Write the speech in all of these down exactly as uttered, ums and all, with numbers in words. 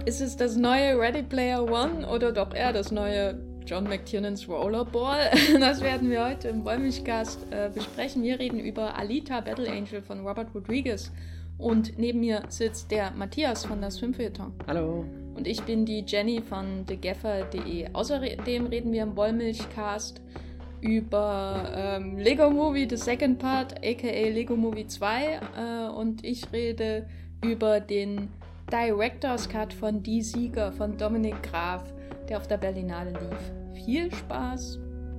Ist es das neue Ready Player One oder doch eher das neue John McTiernans Rollerball? Das werden wir heute im Wollmilchcast äh, besprechen. Wir reden über Alita Battle Angel von Robert Rodriguez. Und neben mir sitzt der Matthias von das Filmfeuilleton. Hallo. Und ich bin die Jenny von thegaffer punkt de. Außerdem reden wir im Wollmilchcast über ähm, Lego Movie The Second Part, aka Lego Movie zwei. Äh, und ich rede über den Director's Cut von Die Sieger von Dominik Graf, der auf der Berlinale lief. Viel Spaß!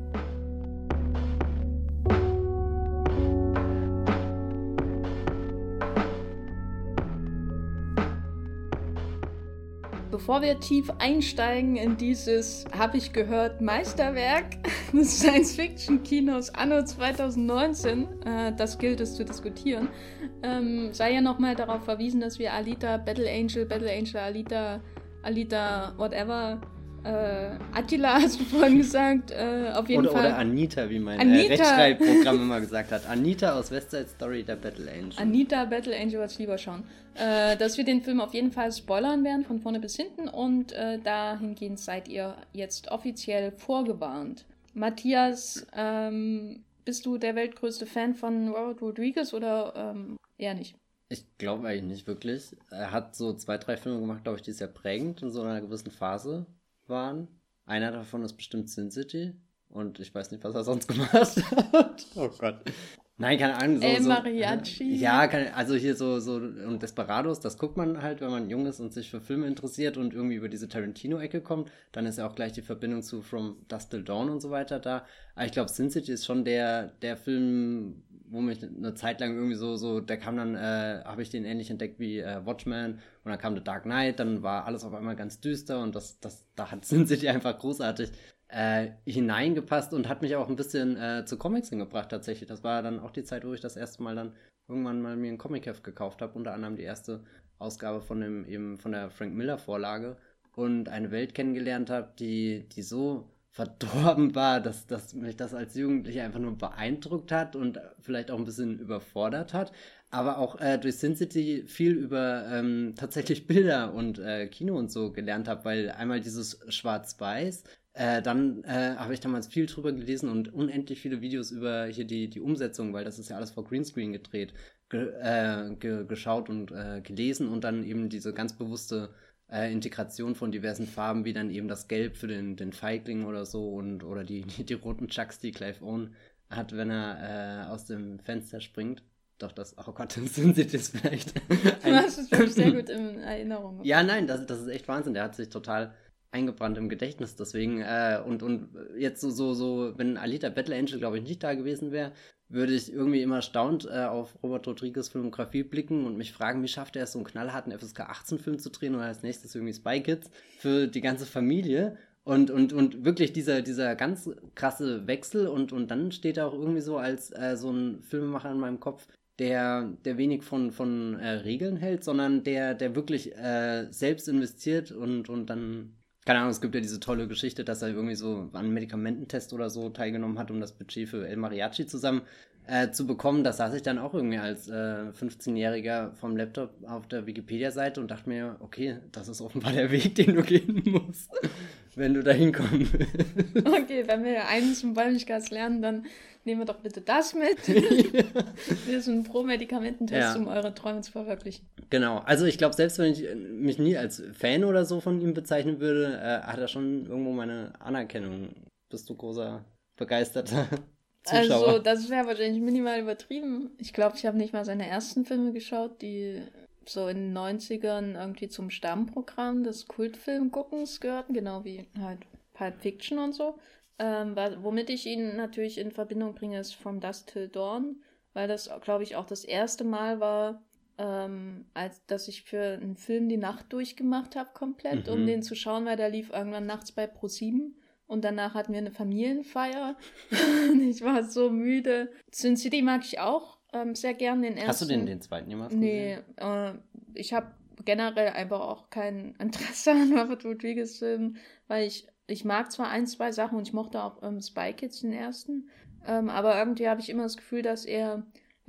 Bevor wir tief einsteigen in dieses, habe ich gehört, Meisterwerk des Science-Fiction-Kinos anno zwanzig neunzehn, äh, das gilt es zu diskutieren, ähm, sei ja nochmal darauf verwiesen, dass wir Alita, Battle Angel, Battle Angel, Alita, Alita, whatever, äh, Attila hast du vorhin gesagt, äh, auf jeden oder, Fall. Oder Anita, wie mein Anita. Äh, Rechtschreibprogramm immer gesagt hat. Anita aus West Side Story, der Battle Angel. Anita, Battle Angel, was lieber schauen. Äh, dass wir den Film auf jeden Fall spoilern werden, von vorne bis hinten. Und äh, dahingehend seid ihr jetzt offiziell vorgewarnt. Matthias, ähm, bist du der weltgrößte Fan von Robert Rodriguez oder ähm, eher nicht? Ich glaube eigentlich nicht wirklich. Er hat so zwei, drei Filme gemacht, glaube ich, die sehr prägend in so einer gewissen Phase waren. Einer davon ist bestimmt Sin City. Und ich weiß nicht, was er sonst gemacht hat. Oh Gott. Nein, keine Ahnung. So, El so, Mariachi. Ja, kann, also hier so, so und Desperados, das guckt man halt, wenn man jung ist und sich für Filme interessiert und irgendwie über diese Tarantino-Ecke kommt. Dann ist ja auch gleich die Verbindung zu From Dusk Till Dawn und so weiter da. Aber ich glaube, Sin City ist schon der, der Film, wo mich eine Zeit lang irgendwie so, so der kam dann, äh, habe ich den ähnlich entdeckt wie äh, Watchmen und dann kam The Dark Knight, dann war alles auf einmal ganz düster und das, das, da hat Sin City einfach großartig Äh, hineingepasst und hat mich auch ein bisschen äh, zu Comics hingebracht tatsächlich. Das war dann auch die Zeit, wo ich das erste Mal dann irgendwann mal mir ein Comic-Heft gekauft habe, unter anderem die erste Ausgabe von dem eben von der Frank Miller Vorlage und eine Welt kennengelernt habe, die, die so verdorben war, dass, dass mich das als Jugendlicher einfach nur beeindruckt hat und vielleicht auch ein bisschen überfordert hat. Aber auch äh, durch Sin City viel über ähm, tatsächlich Bilder und äh, Kino und so gelernt habe, weil einmal dieses Schwarz-Weiß. Äh, dann äh, habe ich damals viel drüber gelesen und unendlich viele Videos über hier die, die Umsetzung, weil das ist ja alles vor Greenscreen gedreht, ge, äh, ge, geschaut und äh, gelesen und dann eben diese ganz bewusste äh, Integration von diversen Farben, wie dann eben das Gelb für den, den Feigling oder so und oder die, die, die roten Chucks, die Clive Owen hat, wenn er äh, aus dem Fenster springt. Doch, das, oh Gott, dann sind sie das vielleicht. Du hast es wirklich sehr gut in Erinnerung. Ja, nein, das, das ist echt Wahnsinn. Der hat sich total eingebrannt im Gedächtnis, deswegen, äh, und, und jetzt so, so, so, wenn Alita Battle Angel, glaube ich, nicht da gewesen wäre, würde ich irgendwie immer erstaunt äh, auf Robert Rodriguez Filmografie blicken und mich fragen, wie schafft er es, so einen knallharten F S K achtzehn Film zu drehen und als nächstes irgendwie Spy Kids für die ganze Familie und, und, und wirklich dieser, dieser ganz krasse Wechsel und, und dann steht er auch irgendwie so als äh, so ein Filmemacher in meinem Kopf, der, der wenig von, von äh, Regeln hält, sondern der, der wirklich äh, selbst investiert und, und dann keine Ahnung, es gibt ja diese tolle Geschichte, dass er irgendwie so an einem Medikamententest oder so teilgenommen hat, um das Budget für El Mariachi zusammen äh, zu bekommen. Das saß ich dann auch irgendwie als äh, fünfzehnjähriger vom Laptop auf der Wikipedia-Seite und dachte mir, okay, das ist offenbar der Weg, den du gehen musst, wenn du da hinkommen willst. Okay, wenn wir eins im Wollmilchcast lernen, dann nehmen wir doch bitte das mit. Ja. Wir sind pro Medikamententest, ja, um eure Träume zu verwirklichen. Genau, also ich glaube, selbst wenn ich mich nie als Fan oder so von ihm bezeichnen würde, äh, hat er schon irgendwo meine Anerkennung. Bist du großer, begeisterter Zuschauer? Also das wäre wahrscheinlich minimal übertrieben. Ich glaube, ich habe nicht mal seine ersten Filme geschaut, die so in den neunzigern irgendwie zum Stammprogramm des Kultfilmguckens gehörten, genau wie halt Pulp Fiction und so. Ähm, womit ich ihn natürlich in Verbindung bringe, ist From Dusk Till Dawn, weil das, glaube ich, auch das erste Mal war, ähm, als dass ich für einen Film die Nacht durchgemacht habe komplett, mhm. um den zu schauen, weil der lief irgendwann nachts bei ProSieben und danach hatten wir eine Familienfeier und ich war so müde. Sin City mag ich auch ähm, sehr gern, den ersten. Hast du den, den zweiten jemals gesehen? Nee, äh, ich habe generell einfach auch kein Interesse an Robert Rodriguez Filmen, weil ich Ich mag zwar ein, zwei Sachen und ich mochte auch ähm, Spy Kids, den ersten, ähm, aber irgendwie habe ich immer das Gefühl, dass er, wenn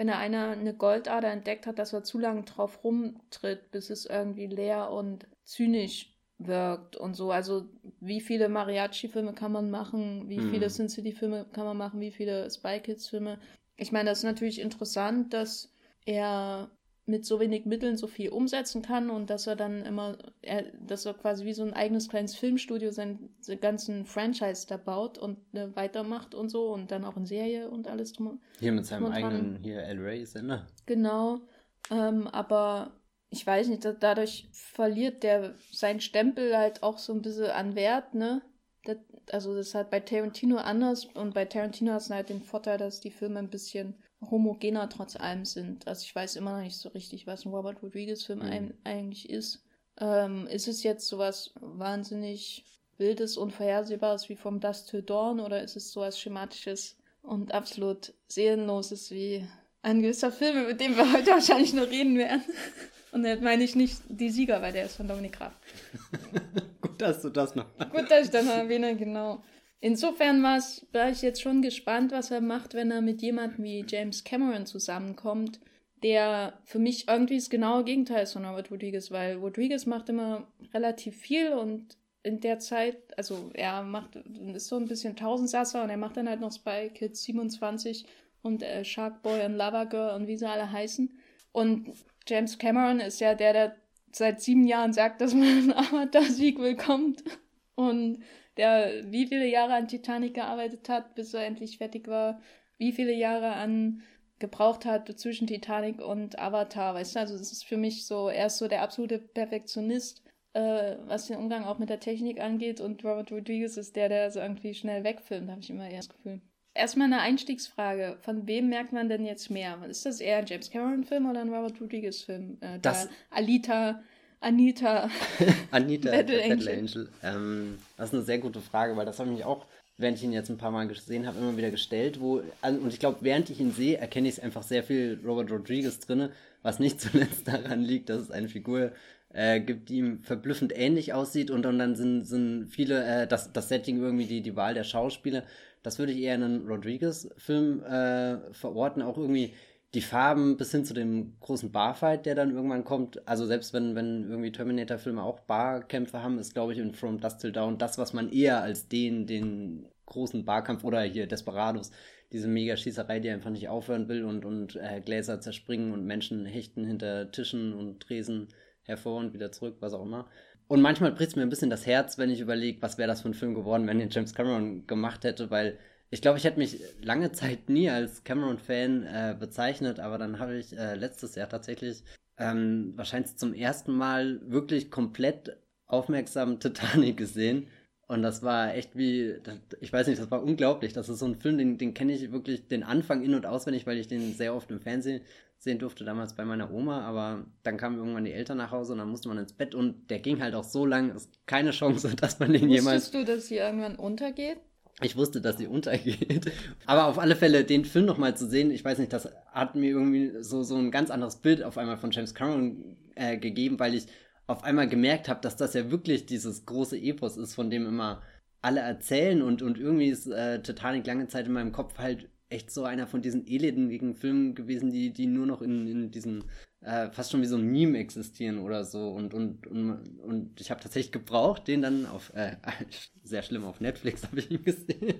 wenn er einer eine Goldader entdeckt hat, dass er zu lange drauf rumtritt, bis es irgendwie leer und zynisch wirkt und so. Also wie viele Mariachi-Filme kann man machen, wie viele Mhm. Sin City-Filme kann man machen, wie viele Spy Kids-Filme. Ich meine, das ist natürlich interessant, dass er mit so wenig Mitteln so viel umsetzen kann und dass er dann immer, er, dass er quasi wie so ein eigenes kleines Filmstudio seinen, seinen ganzen Franchise da baut und äh, weitermacht und so und dann auch in Serie und alles drum. Hier mit seinem drum und dran. eigenen, hier El Rey-Sender. Genau, ähm, aber ich weiß nicht, da, dadurch verliert der seinen Stempel halt auch so ein bisschen an Wert, ne? Das, also das ist halt bei Tarantino anders und bei Tarantino hat es halt den Vorteil, dass die Filme ein bisschen homogener trotz allem sind. Also ich weiß immer noch nicht so richtig, was ein Robert Rodriguez-Film Mhm. ein, eigentlich ist. Ähm, ist es jetzt sowas wahnsinnig Wildes und Vorhersehbares wie vom Dusk Till Dawn oder ist es sowas Schematisches und absolut Seelenloses wie ein gewisser Film, über den wir heute wahrscheinlich noch reden werden? Und damit meine ich nicht die Sieger, weil der ist von Dominik Graf. Gut, dass du das noch. Gut, dass ich das noch erwähne, genau. Insofern war's, war ich jetzt schon gespannt, was er macht, wenn er mit jemandem wie James Cameron zusammenkommt, der für mich irgendwie das genaue Gegenteil ist von Robert Rodriguez, weil Rodriguez macht immer relativ viel und in der Zeit, also er macht, ist so ein bisschen Tausendsasser und er macht dann halt noch Spy Kids siebenundzwanzig und äh, Shark Boy und Lava Girl und wie sie alle heißen. Und James Cameron ist ja der, der seit sieben Jahren sagt, dass man ein Avatar-Sequel kommt und der wie viele Jahre an Titanic gearbeitet hat, bis er endlich fertig war, wie viele Jahre an gebraucht hat zwischen Titanic und Avatar, weißt du, also das ist für mich so, er ist so der absolute Perfektionist, äh, was den Umgang auch mit der Technik angeht und Robert Rodriguez ist der, der so irgendwie schnell wegfilmt, habe ich immer eher das Gefühl. Erstmal eine Einstiegsfrage, von wem merkt man denn jetzt mehr? Ist das eher ein James Cameron-Film oder ein Robert Rodriguez-Film? Äh, Das- der Alita, Anita, Anita, Battle Battle Angel. Angel. Ähm, das ist eine sehr gute Frage, weil das habe ich mich auch, während ich ihn jetzt ein paar Mal gesehen habe, immer wieder gestellt. Wo, also, und ich glaube, während ich ihn sehe, erkenne ich einfach sehr viel Robert Rodriguez drin, was nicht zuletzt daran liegt, dass es eine Figur äh, gibt, die ihm verblüffend ähnlich aussieht und, und dann sind, sind viele, äh, das, das Setting irgendwie, die, die Wahl der Schauspieler, das würde ich eher in einen Rodriguez-Film äh, verorten, auch irgendwie die Farben bis hin zu dem großen Barfight, der dann irgendwann kommt. Also selbst wenn, wenn irgendwie Terminator-Filme auch Barkämpfe haben, ist, glaube ich, in From Dusk Till Dawn das, was man eher als den, den großen Barkampf oder hier Desperados, diese Mega-Schießerei, die einfach nicht aufhören will und, und äh, Gläser zerspringen und Menschen hechten hinter Tischen und Tresen hervor und wieder zurück, was auch immer. Und manchmal bricht es mir ein bisschen das Herz, wenn ich überlege, was wäre das für ein Film geworden, wenn den James Cameron gemacht hätte, weil ich glaube, ich hätte mich lange Zeit nie als Cameron-Fan äh, bezeichnet, aber dann habe ich äh, letztes Jahr tatsächlich ähm, wahrscheinlich zum ersten Mal wirklich komplett aufmerksam Titanic gesehen. Und das war echt wie, das, ich weiß nicht, das war unglaublich. Das ist so ein Film, den, den kenne ich wirklich den Anfang in- und auswendig, weil ich den sehr oft im Fernsehen sehen durfte, damals bei meiner Oma. Aber dann kamen irgendwann die Eltern nach Hause und dann musste man ins Bett und der ging halt auch so lang, es ist keine Chance, dass man den jemals... Wusstest du, dass sie irgendwann untergeht? Ich wusste, dass sie untergeht. Aber auf alle Fälle, den Film nochmal zu sehen, ich weiß nicht, das hat mir irgendwie so, so ein ganz anderes Bild auf einmal von James Cameron äh, gegeben, weil ich auf einmal gemerkt habe, dass das ja wirklich dieses große Epos ist, von dem immer alle erzählen und, und irgendwie ist äh, Titanic lange Zeit in meinem Kopf halt echt so einer von diesen elendigen Filmen gewesen, die, die nur noch in, in diesen äh, fast schon wie so ein Meme existieren oder so und, und, und, und ich habe tatsächlich gebraucht, den dann auf, äh, sehr schlimm, auf Netflix habe ich ihn gesehen.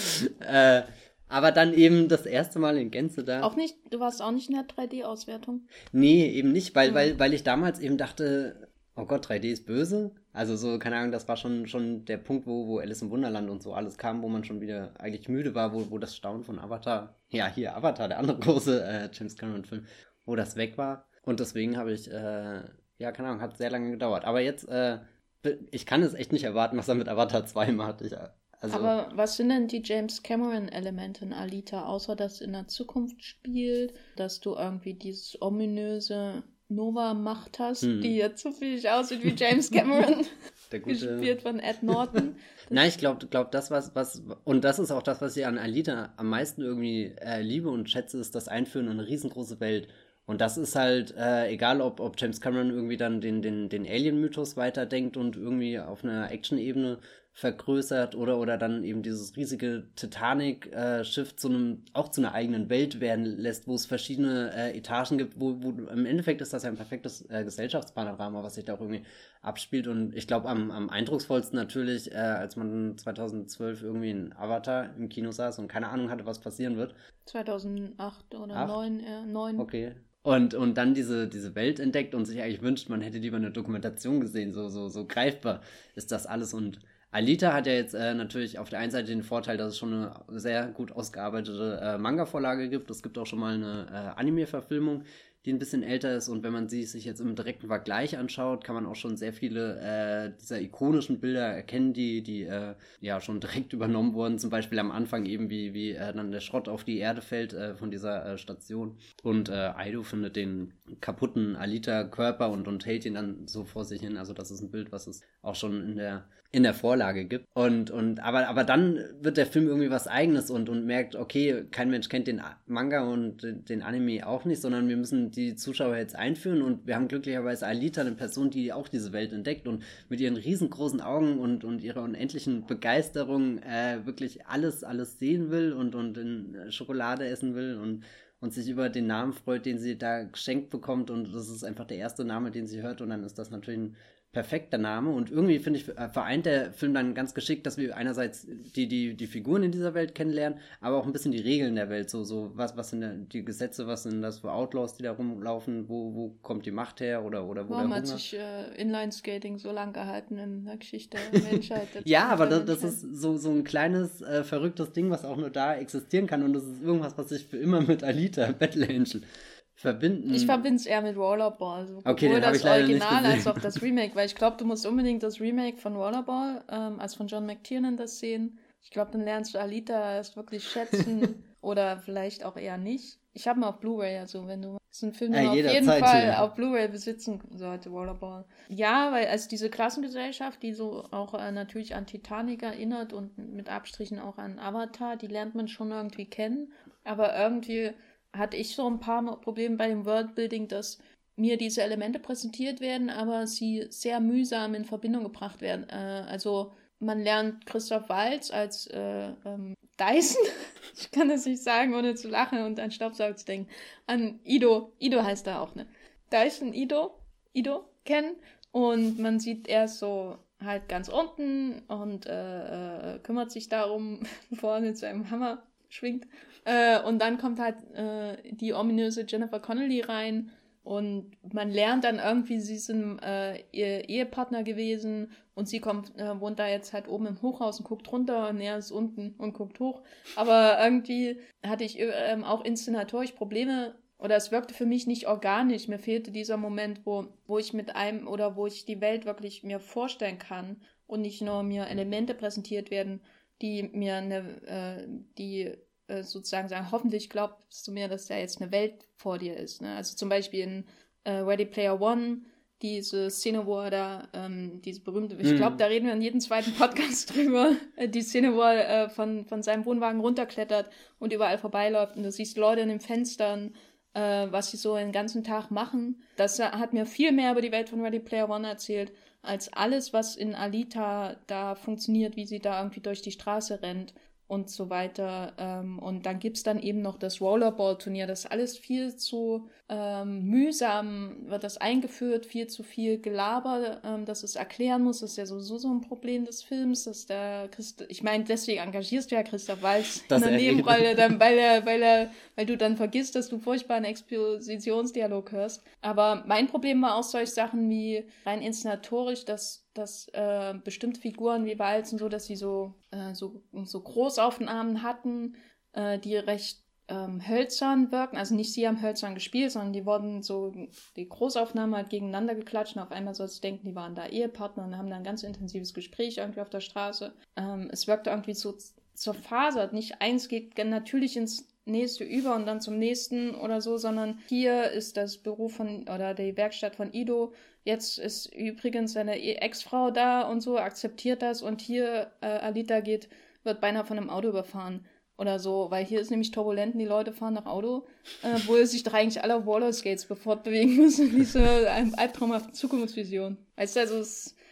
äh, aber dann eben das erste Mal in Gänze da. Auch nicht, du warst auch nicht in der drei D-Auswertung? Nee, eben nicht, weil, Mhm. weil, weil ich damals eben dachte, oh Gott, drei D ist böse. Also so, keine Ahnung, das war schon, schon der Punkt, wo, wo Alice im Wunderland und so alles kam, wo man schon wieder eigentlich müde war, wo, wo das Staunen von Avatar, ja, hier Avatar, der andere große äh, James Cameron-Film, wo das weg war. Und deswegen habe ich, äh, ja, keine Ahnung, hat sehr lange gedauert. Aber jetzt, äh, ich kann es echt nicht erwarten, was er mit Avatar zwei macht. Ich, also, Aber was sind denn die James Cameron-Elemente in Alita, außer dass in der Zukunft spielt, dass du irgendwie dieses ominöse Nova-Macht hast, Hm. die jetzt zufällig aussieht wie James Cameron, der gute... gespielt von Ed Norton. Nein, ich glaube, glaub, das, was, was, und das ist auch das, was ich an Alita am meisten irgendwie äh, liebe und schätze, ist das Einführen in eine riesengroße Welt. Und das ist halt, äh, egal ob, ob James Cameron irgendwie dann den, den, den Alien-Mythos weiterdenkt und irgendwie auf einer Action-Ebene vergrößert oder, oder dann eben dieses riesige Titanic-Schiff zu einem, auch zu einer eigenen Welt werden lässt, wo es verschiedene äh, Etagen gibt, wo, wo im Endeffekt ist das ja ein perfektes äh, Gesellschaftspanorama, was sich da auch irgendwie abspielt. Und ich glaube, am, am eindrucksvollsten natürlich, äh, als man zweitausendzwölf irgendwie in Avatar im Kino saß und keine Ahnung hatte, was passieren wird. zweitausendacht oder Acht? neun, äh, neun. Okay. Und, und dann diese, diese Welt entdeckt und sich eigentlich wünscht, man hätte lieber eine Dokumentation gesehen, so, so, so greifbar ist das alles. Und Alita hat ja jetzt äh, natürlich auf der einen Seite den Vorteil, dass es schon eine sehr gut ausgearbeitete äh, Manga-Vorlage gibt. Es gibt auch schon mal eine äh, Anime-Verfilmung, die ein bisschen älter ist. Und wenn man sie sich jetzt im direkten Vergleich anschaut, kann man auch schon sehr viele äh, dieser ikonischen Bilder erkennen, die, die äh, ja schon direkt übernommen wurden. Zum Beispiel am Anfang eben, wie, wie äh, dann der Schrott auf die Erde fällt äh, von dieser äh, Station. Und äh, Aido findet den kaputten Alita-Körper und, und hält ihn dann so vor sich hin. Also das ist ein Bild, was es auch schon in der in der Vorlage gibt. Und, und aber, aber dann wird der Film irgendwie was Eigenes und, und merkt, okay, kein Mensch kennt den Manga und den Anime auch nicht, sondern wir müssen die Zuschauer jetzt einführen und wir haben glücklicherweise Alita, eine Person, die auch diese Welt entdeckt und mit ihren riesengroßen Augen und, und ihrer unendlichen Begeisterung äh, wirklich alles, alles sehen will und, und in Schokolade essen will und und sich über den Namen freut, den sie da geschenkt bekommt und das ist einfach der erste Name, den sie hört und dann ist das natürlich ein perfekter Name und irgendwie, finde ich, vereint der Film dann ganz geschickt, dass wir einerseits die, die, die Figuren in dieser Welt kennenlernen, aber auch ein bisschen die Regeln der Welt, so, so was, was sind da die Gesetze, was sind das für Outlaws, die da rumlaufen, wo, wo kommt die Macht her oder, oder wo Warum der hat Hunger? sich äh, Inline-Skating so lang gehalten in der Geschichte der Menschheit? Ja, aber das, das ist so, so ein kleines, äh, verrücktes Ding, was auch nur da existieren kann und das ist irgendwas, was sich für immer mit Alita, Battle Angel verbinden. Ich verbinde es eher mit Rollerball. Also okay, sowohl das das Original als auch das Remake, weil ich glaube, du musst unbedingt das Remake von Rollerball, ähm, also von John McTiernan, das sehen. Ich glaube, dann lernst du Alita erst wirklich schätzen oder vielleicht auch eher nicht. Ich habe ihn auf Blu-ray, also wenn du... Das ist ein Film, den man Ja, auf jeden Zeit, Fall ja. auf Blu-ray besitzen sollte, Rollerball. Ja, weil also diese Klassengesellschaft, die so auch äh, natürlich an Titanic erinnert und mit Abstrichen auch an Avatar, die lernt man schon irgendwie kennen. Aber irgendwie hatte ich so ein paar Probleme bei dem Worldbuilding, dass mir diese Elemente präsentiert werden, aber sie sehr mühsam in Verbindung gebracht werden. Äh, also man lernt Christoph Waltz als äh, ähm, Dyson, ich kann das nicht sagen, ohne zu lachen und an Staubsauger zu denken, an Ido, Ido heißt er auch, ne? Dyson Ido, Ido kennen und man sieht er so halt ganz unten und äh, äh, kümmert sich darum, bevor er mit seinem Hammer schwingt. Äh, und dann kommt halt äh, die ominöse Jennifer Connelly rein und man lernt dann irgendwie, sie sind äh, ihr Ehepartner gewesen und sie kommt, äh, wohnt da jetzt halt oben im Hochhaus und guckt runter und er ist unten und guckt hoch. Aber irgendwie hatte ich äh, auch inszenatorisch Probleme oder es wirkte für mich nicht organisch. Mir fehlte dieser Moment, wo, wo ich mit einem oder wo ich die Welt wirklich mir vorstellen kann und nicht nur mir Elemente präsentiert werden, die mir eine, äh, die sozusagen sagen, hoffentlich glaubst du mir, dass da jetzt eine Welt vor dir ist. Ne? Also zum Beispiel in äh, Ready Player One, diese Szene, wo er da, ähm, diese berühmte, ich glaube, da reden wir in jedem zweiten Podcast drüber, äh, die Szene, wo er äh, von, von seinem Wohnwagen runterklettert und überall vorbeiläuft und du siehst Leute in den Fenstern, äh, was sie so den ganzen Tag machen. Das äh, hat mir viel mehr über die Welt von Ready Player One erzählt, als alles, was in Alita da funktioniert, wie sie da irgendwie durch die Straße rennt und so weiter. Ähm, und dann gibt es dann eben noch das Rollerball-Turnier. Das ist alles viel zu ähm, mühsam, wird das eingeführt, viel zu viel Gelaber, ähm, dass es erklären muss. Das ist ja sowieso so ein Problem des Films, dass der Christ ich meine, deswegen engagierst du ja Christoph Waltz in der Nebenrolle, dann, weil, er, weil, er, weil du dann vergisst, dass du furchtbar einen Expositionsdialog hörst. Aber mein Problem war auch solche Sachen wie rein inszenatorisch, dass dass äh, bestimmte Figuren wie Waltz und so, dass sie so, äh, so, so Großaufnahmen hatten, äh, die recht ähm, hölzern wirken. Also nicht sie haben hölzern gespielt, sondern die wurden so, die Großaufnahmen halt gegeneinander geklatscht und auf einmal sollst du denken, die waren da Ehepartner und haben dann ein ganz intensives Gespräch irgendwie auf der Straße. Ähm, es wirkte irgendwie so zerfasert. Nicht eins geht natürlich ins nächste über und dann zum nächsten oder so, sondern hier ist das Büro von, oder die Werkstatt von Ido, jetzt ist übrigens seine Ex-Frau da und so, akzeptiert das und hier äh, Alita geht, wird beinahe von einem Auto überfahren oder so, weil hier ist nämlich turbulent und die Leute fahren nach Auto, äh, wo sich doch eigentlich alle auf Rollerskates fortbewegen müssen, diese albtraumhafte Zukunftsvision. Weißt du, also es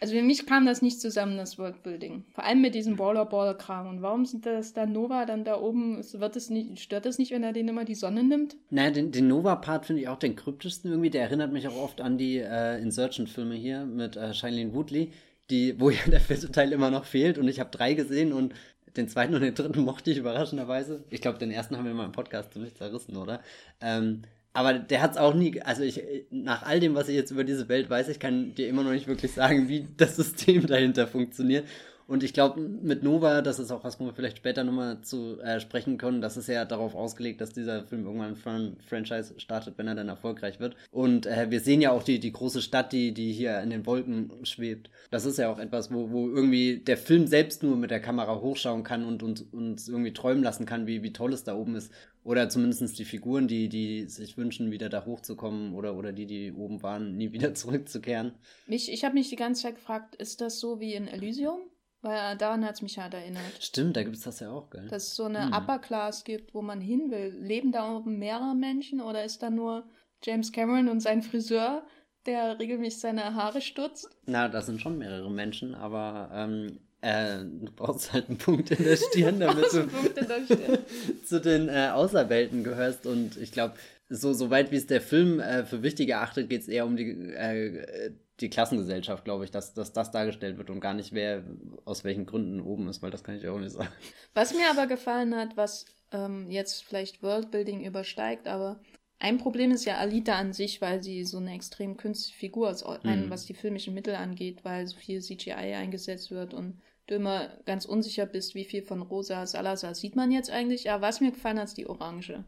Also für mich kam das nicht zusammen, das Worldbuilding. Vor allem mit diesem Baller-Baller-Kram. Und warum sind das da Nova dann da oben? Wird das nicht, stört das nicht, wenn er denen immer die Sonne nimmt? Naja, den, den Nova-Part finde ich auch den kryptischsten irgendwie. Der erinnert mich auch oft an die äh, Insurgent-Filme hier mit äh, Shailene Woodley, die, wo ja der vierte Teil immer noch fehlt. Und ich habe drei gesehen und den zweiten und den dritten mochte ich überraschenderweise. Ich glaube, den ersten haben wir mal im Podcast ziemlich zerrissen, oder? Ähm, aber der hat es auch nie, also ich, nach all dem, was ich jetzt über diese Welt weiß, ich kann dir immer noch nicht wirklich sagen, wie das System dahinter funktioniert. Und ich glaube, mit Nova, das ist auch was, wo wir vielleicht später nochmal zu äh, sprechen können, das ist ja darauf ausgelegt, dass dieser Film irgendwann ein Franchise startet, wenn er dann erfolgreich wird. Und äh, wir sehen ja auch die, die große Stadt, die, die hier in den Wolken schwebt. Das ist ja auch etwas, wo, wo irgendwie der Film selbst nur mit der Kamera hochschauen kann und uns, uns irgendwie träumen lassen kann, wie, wie toll es da oben ist. Oder zumindest die Figuren, die, die sich wünschen, wieder da hochzukommen oder, oder die, die oben waren, nie wieder zurückzukehren. Mich, ich habe mich die ganze Zeit gefragt, ist das so wie in Elysium? Weil daran hat es mich halt erinnert. Stimmt, da gibt es das ja auch, gell? Dass es so eine hm. Upper Class gibt, wo man hin will. Leben da oben mehrere Menschen oder ist da nur James Cameron und sein Friseur, der regelmäßig seine Haare stutzt? Na, das sind schon mehrere Menschen, aber ähm, äh, du brauchst halt einen Punkt in der Stirn, damit du zu den äh, Auserwählten gehörst. Und ich glaube, so, so weit wie es der Film äh, für wichtig erachtet, geht es eher um die äh, die Klassengesellschaft, glaube ich, dass, dass das dargestellt wird und gar nicht, wer aus welchen Gründen oben ist, weil das kann ich auch nicht sagen. Was mir aber gefallen hat, was ähm, jetzt vielleicht Worldbuilding übersteigt, aber ein Problem ist ja Alita an sich, weil sie so eine extrem künstliche Figur ist, mhm. was die filmischen Mittel angeht, weil so viel C G I eingesetzt wird und du immer ganz unsicher bist, wie viel von Rosa Salazar sieht man jetzt eigentlich. Aber was mir gefallen hat, ist die Orange.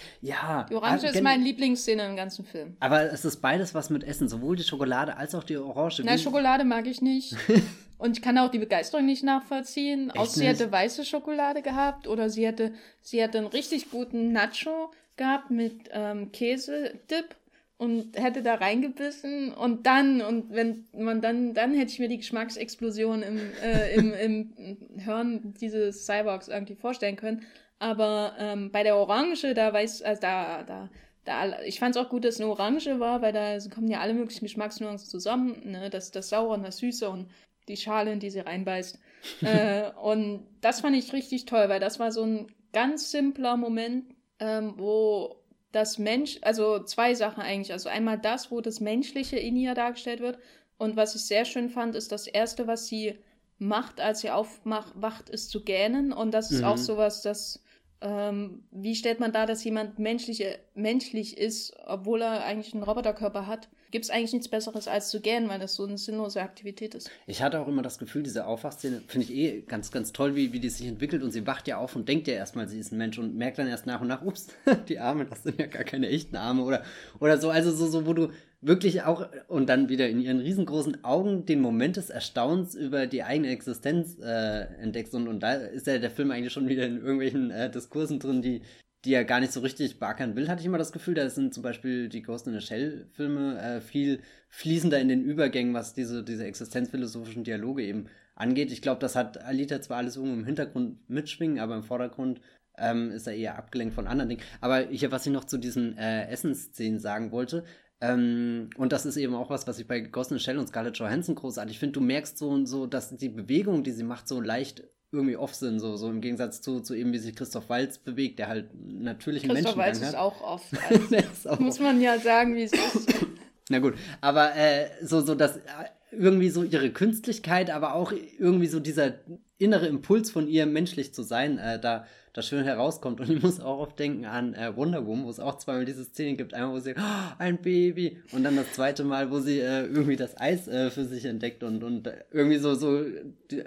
Ja. Die Orange ist meine Lieblingsszene im ganzen Film. Aber es ist beides was mit Essen, sowohl die Schokolade als auch die Orange. Na, Schokolade mag ich nicht. Und ich kann auch die Begeisterung nicht nachvollziehen. Echt Außer sie hätte weiße Schokolade gehabt oder sie hätte, sie hätte einen richtig guten Nacho gehabt mit ähm, Käsedip und hätte da reingebissen und dann, und wenn man dann, dann hätte ich mir die Geschmacksexplosion im, äh, im, im Hirn dieses Cyborgs irgendwie vorstellen können. Aber ähm, bei der Orange, da weiß, also da, da, da, ich fand es auch gut, dass es eine Orange war, weil da kommen ja alle möglichen Geschmacksnuancen zusammen, ne? Das, das Saure und das Süße und die Schale, in die sie reinbeißt. äh, und das fand ich richtig toll, weil das war so ein ganz simpler Moment, ähm, wo das Mensch, also zwei Sachen eigentlich, also einmal das, wo das Menschliche in ihr dargestellt wird und was ich sehr schön fand, ist das Erste, was sie macht, als sie aufwacht, ist zu gähnen und das ist mhm. auch sowas, das Ähm, wie stellt man dar, dass jemand menschlich, menschlich ist, obwohl er eigentlich einen Roboterkörper hat? Gibt es eigentlich nichts Besseres als zu gähnen, weil das so eine sinnlose Aktivität ist. Ich hatte auch immer das Gefühl, diese Aufwachszene finde ich eh ganz, ganz toll, wie, wie die sich entwickelt und sie wacht ja auf und denkt ja erstmal, sie ist ein Mensch und merkt dann erst nach und nach, ups, die Arme, das sind ja gar keine echten Arme oder, oder so, also so, so, wo du wirklich auch und dann wieder in ihren riesengroßen Augen den Moment des Erstaunens über die eigene Existenz äh, entdeckst und, und da ist ja der Film eigentlich schon wieder in irgendwelchen äh, Diskursen drin, die die er gar nicht so richtig beackern will, hatte ich immer das Gefühl. Da sind zum Beispiel die Ghost in the Shell-Filme äh, viel fließender in den Übergängen, was diese, diese existenzphilosophischen Dialoge eben angeht. Ich glaube, das hat Alita zwar alles irgendwo im Hintergrund mitschwingen, aber im Vordergrund ähm, ist er eher abgelenkt von anderen Dingen. Aber hier, was ich noch zu diesen äh, Essensszenen sagen wollte, ähm, und das ist eben auch was, was ich bei Ghost in the Shell und Scarlett Johansson großartig finde. Du merkst so, so, dass die Bewegung, die sie macht, so leicht irgendwie off sind, so, so im Gegensatz zu, zu eben, wie sich Christoph Waltz bewegt, der halt natürlichen Menschen hat. Christoph Waltz ist auch off. Also ist auch muss man ja sagen, wie es ist. Na gut, aber äh, so, so das irgendwie so ihre Künstlichkeit, aber auch irgendwie so dieser innere Impuls von ihr, menschlich zu sein, äh, da, da schön herauskommt. Und ich muss auch oft denken an äh, Wonder Woman, wo es auch zweimal diese Szene gibt. Einmal, wo sie, oh, ein Baby. Und dann das zweite Mal, wo sie äh, irgendwie das Eis äh, für sich entdeckt und, und irgendwie so, so die,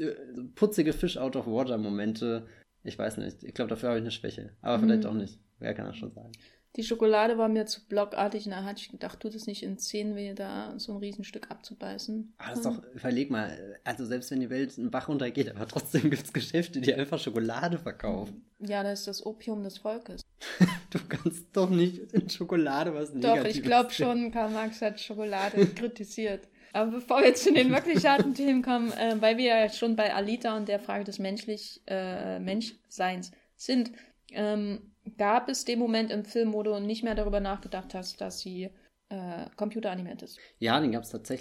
putzige Fish-out-of-water-Momente. Ich weiß nicht. Ich glaube, dafür habe ich eine Schwäche. Aber mhm. vielleicht auch nicht. Wer kann das schon sagen? Die Schokolade war mir zu blockartig und da hatte ich gedacht, tut es nicht in zehn Weh, da so ein Riesenstück abzubeißen. Aber das ist doch, überleg mal, also selbst wenn die Welt einen Bach runtergeht, aber trotzdem gibt es Geschäfte, die einfach Schokolade verkaufen. Ja, das ist das Opium des Volkes. Du kannst doch nicht in Schokolade was Negatives. Doch, ich glaube schon, Karl Marx hat Schokolade kritisiert. Aber bevor wir zu den wirklich harten Themen kommen, äh, weil wir ja schon bei Alita und der Frage des menschlich, äh, Menschseins sind, ähm, gab es den Moment im Film, wo du nicht mehr darüber nachgedacht hast, dass sie äh, computeranimiert ist? Ja, den gab es tatsächlich.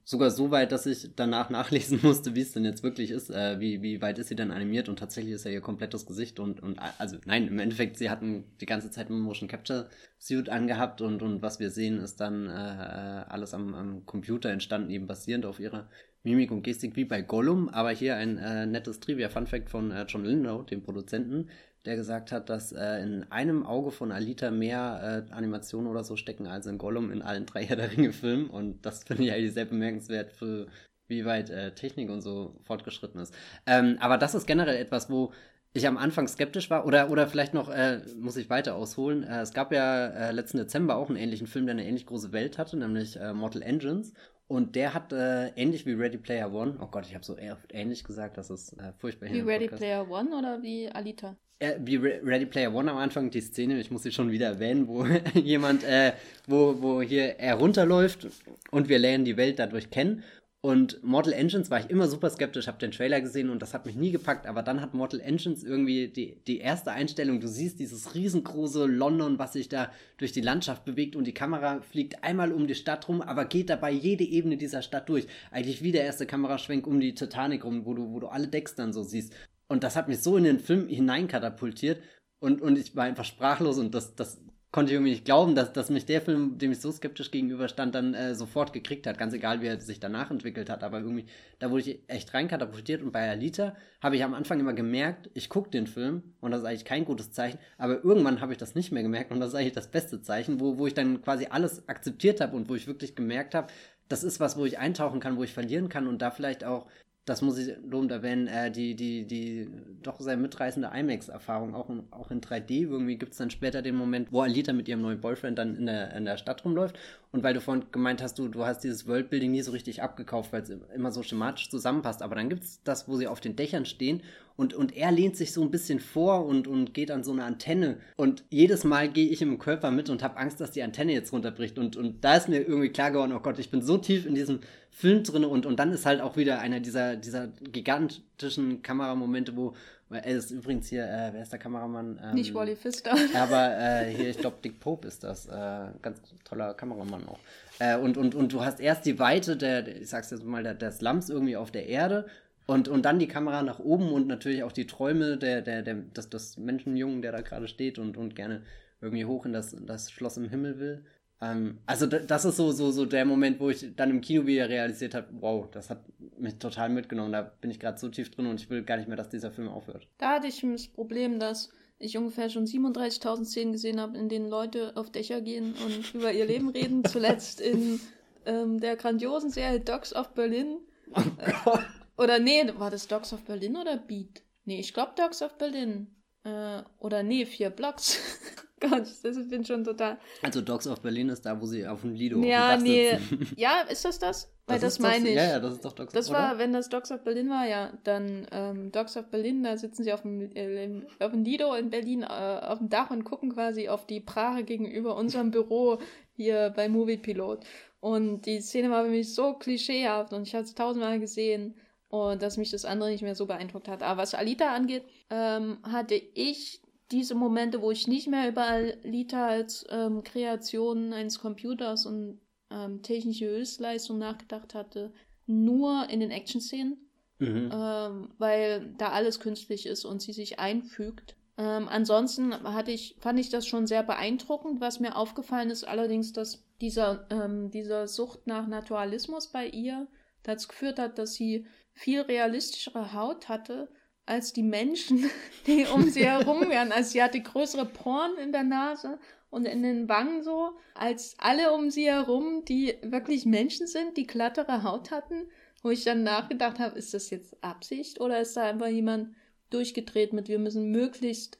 sogar so weit, dass ich danach nachlesen musste, wie es denn jetzt wirklich ist, äh, wie, wie weit ist sie denn animiert und tatsächlich ist ja ihr komplettes Gesicht und, und also nein, im Endeffekt, sie hatten die ganze Zeit einen Motion Capture Suit angehabt und, und was wir sehen, ist dann äh, alles am, am Computer entstanden, eben basierend auf ihrer Mimik und Gestik wie bei Gollum, aber hier ein äh, nettes Trivia-Funfact von äh, John Lindau, dem Produzenten, der gesagt hat, dass äh, in einem Auge von Alita mehr äh, Animationen oder so stecken als in Gollum in allen drei Herr der Ringe-Filmen. Und das finde ich eigentlich sehr bemerkenswert, für wie weit äh, Technik und so fortgeschritten ist. Ähm, aber das ist generell etwas, wo ich am Anfang skeptisch war. Oder, oder vielleicht noch, äh, muss ich weiter ausholen. Äh, es gab ja äh, letzten Dezember auch einen ähnlichen Film, der eine ähnlich große Welt hatte, nämlich äh, Mortal Engines. Und der hat äh, ähnlich wie Ready Player One, oh Gott, ich habe so ähnlich gesagt, das ist äh, furchtbar. Wie Ready Player One oder wie Alita? Äh, wie Re- Ready Player One am Anfang, die Szene, ich muss sie schon wieder erwähnen, wo jemand, äh, wo, wo hier er runterläuft und wir lernen die Welt dadurch kennen. Und Mortal Engines war ich immer super skeptisch, habe den Trailer gesehen und das hat mich nie gepackt, aber dann hat Mortal Engines irgendwie die, die erste Einstellung, du siehst dieses riesengroße London, was sich da durch die Landschaft bewegt und die Kamera fliegt einmal um die Stadt rum, aber geht dabei jede Ebene dieser Stadt durch. Eigentlich wie der erste Kameraschwenk um die Titanic rum, wo du, wo du alle Decks dann so siehst. Und das hat mich so in den Film hineinkatapultiert und, und ich war einfach sprachlos und das, das konnte ich irgendwie nicht glauben, dass, dass mich der Film, dem ich so skeptisch gegenüberstand, dann äh, sofort gekriegt hat. Ganz egal, wie er sich danach entwickelt hat. Aber irgendwie, da wurde ich echt reinkatapultiert. Und bei Alita habe ich am Anfang immer gemerkt, ich gucke den Film und das ist eigentlich kein gutes Zeichen. Aber irgendwann habe ich das nicht mehr gemerkt und das ist eigentlich das beste Zeichen, wo, wo ich dann quasi alles akzeptiert habe und wo ich wirklich gemerkt habe, das ist was, wo ich eintauchen kann, wo ich verlieren kann und da vielleicht auch, das muss ich lobend erwähnen, äh, die, die, die doch sehr mitreißende IMAX-Erfahrung, auch in, auch in drei D. Irgendwie gibt es dann später den Moment, wo Alita mit ihrem neuen Boyfriend dann in der, in der Stadt rumläuft. Und weil du vorhin gemeint hast, du, du hast dieses Worldbuilding nie so richtig abgekauft, weil es immer so schematisch zusammenpasst. Aber dann gibt es das, wo sie auf den Dächern stehen und, und er lehnt sich so ein bisschen vor und, und geht an so eine Antenne. Und jedes Mal gehe ich im Körper mit und habe Angst, dass die Antenne jetzt runterbricht. Und, und da ist mir irgendwie klar geworden, oh Gott, ich bin so tief in diesem Film drin und, und dann ist halt auch wieder einer dieser, dieser gigantischen Kameramomente, wo, er ist übrigens hier, äh, wer ist der Kameramann? Ähm, Nicht Wally Pfister. Aber äh, hier, ich glaube, Dick Pope ist das. Äh, ganz toller Kameramann auch. Äh, und, und, und du hast erst die Weite der, ich sag's jetzt mal, der, der Slums irgendwie auf der Erde und, und dann die Kamera nach oben und natürlich auch die Träume der, der, der, des, des Menschenjungen, der da gerade steht und, und gerne irgendwie hoch in das, das Schloss im Himmel will. Ähm, also d- das ist so, so, so der Moment, wo ich dann im Kino wieder realisiert habe, wow, das hat mich total mitgenommen. Da bin ich gerade so tief drin und ich will gar nicht mehr, dass dieser Film aufhört. Da hatte ich das Problem, dass ich ungefähr schon siebenunddreißigtausend Szenen gesehen habe, in denen Leute auf Dächer gehen und über ihr Leben reden. Zuletzt in ähm, der grandiosen Serie Dogs of Berlin. Oh Gott. Äh, oder nee, war das Dogs of Berlin oder Beat? Nee, ich glaube Dogs of Berlin. Äh, oder nee, vier Blocks. Gott, ich bin schon total... Also Dogs of Berlin ist da, wo sie auf dem Lido ja, auf dem Dach nee. sitzen. Ja, ist das das? Weil das das meine ich. Ja, ja, das ist doch Dogs of Berlin. Das war, wenn das Dogs of Berlin war, ja, dann ähm, Dogs of Berlin, da sitzen sie auf dem, äh, auf dem Lido in Berlin äh, auf dem Dach und gucken quasi auf die Prache gegenüber unserem Büro hier bei Movie Pilot. Und die Szene war für mich so klischeehaft und ich habe es tausendmal gesehen und dass mich das andere nicht mehr so beeindruckt hat. Aber was Alita angeht, ähm, hatte ich diese Momente, wo ich nicht mehr über Alita als ähm, Kreation eines Computers und ähm, technische Höchstleistung nachgedacht hatte, nur in den Action-Szenen, mhm. ähm, weil da alles künstlich ist und sie sich einfügt. Ähm, ansonsten hatte ich, fand ich das schon sehr beeindruckend. Was mir aufgefallen ist allerdings, dass dieser, ähm, dieser Sucht nach Naturalismus bei ihr dazu geführt hat, dass sie viel realistischere Haut hatte als die Menschen, die um sie herum wären. Also sie hatte größere Poren in der Nase und in den Wangen so, als alle um sie herum, die wirklich Menschen sind, die glattere Haut hatten, wo ich dann nachgedacht habe, ist das jetzt Absicht oder ist da einfach jemand durchgedreht mit, wir müssen möglichst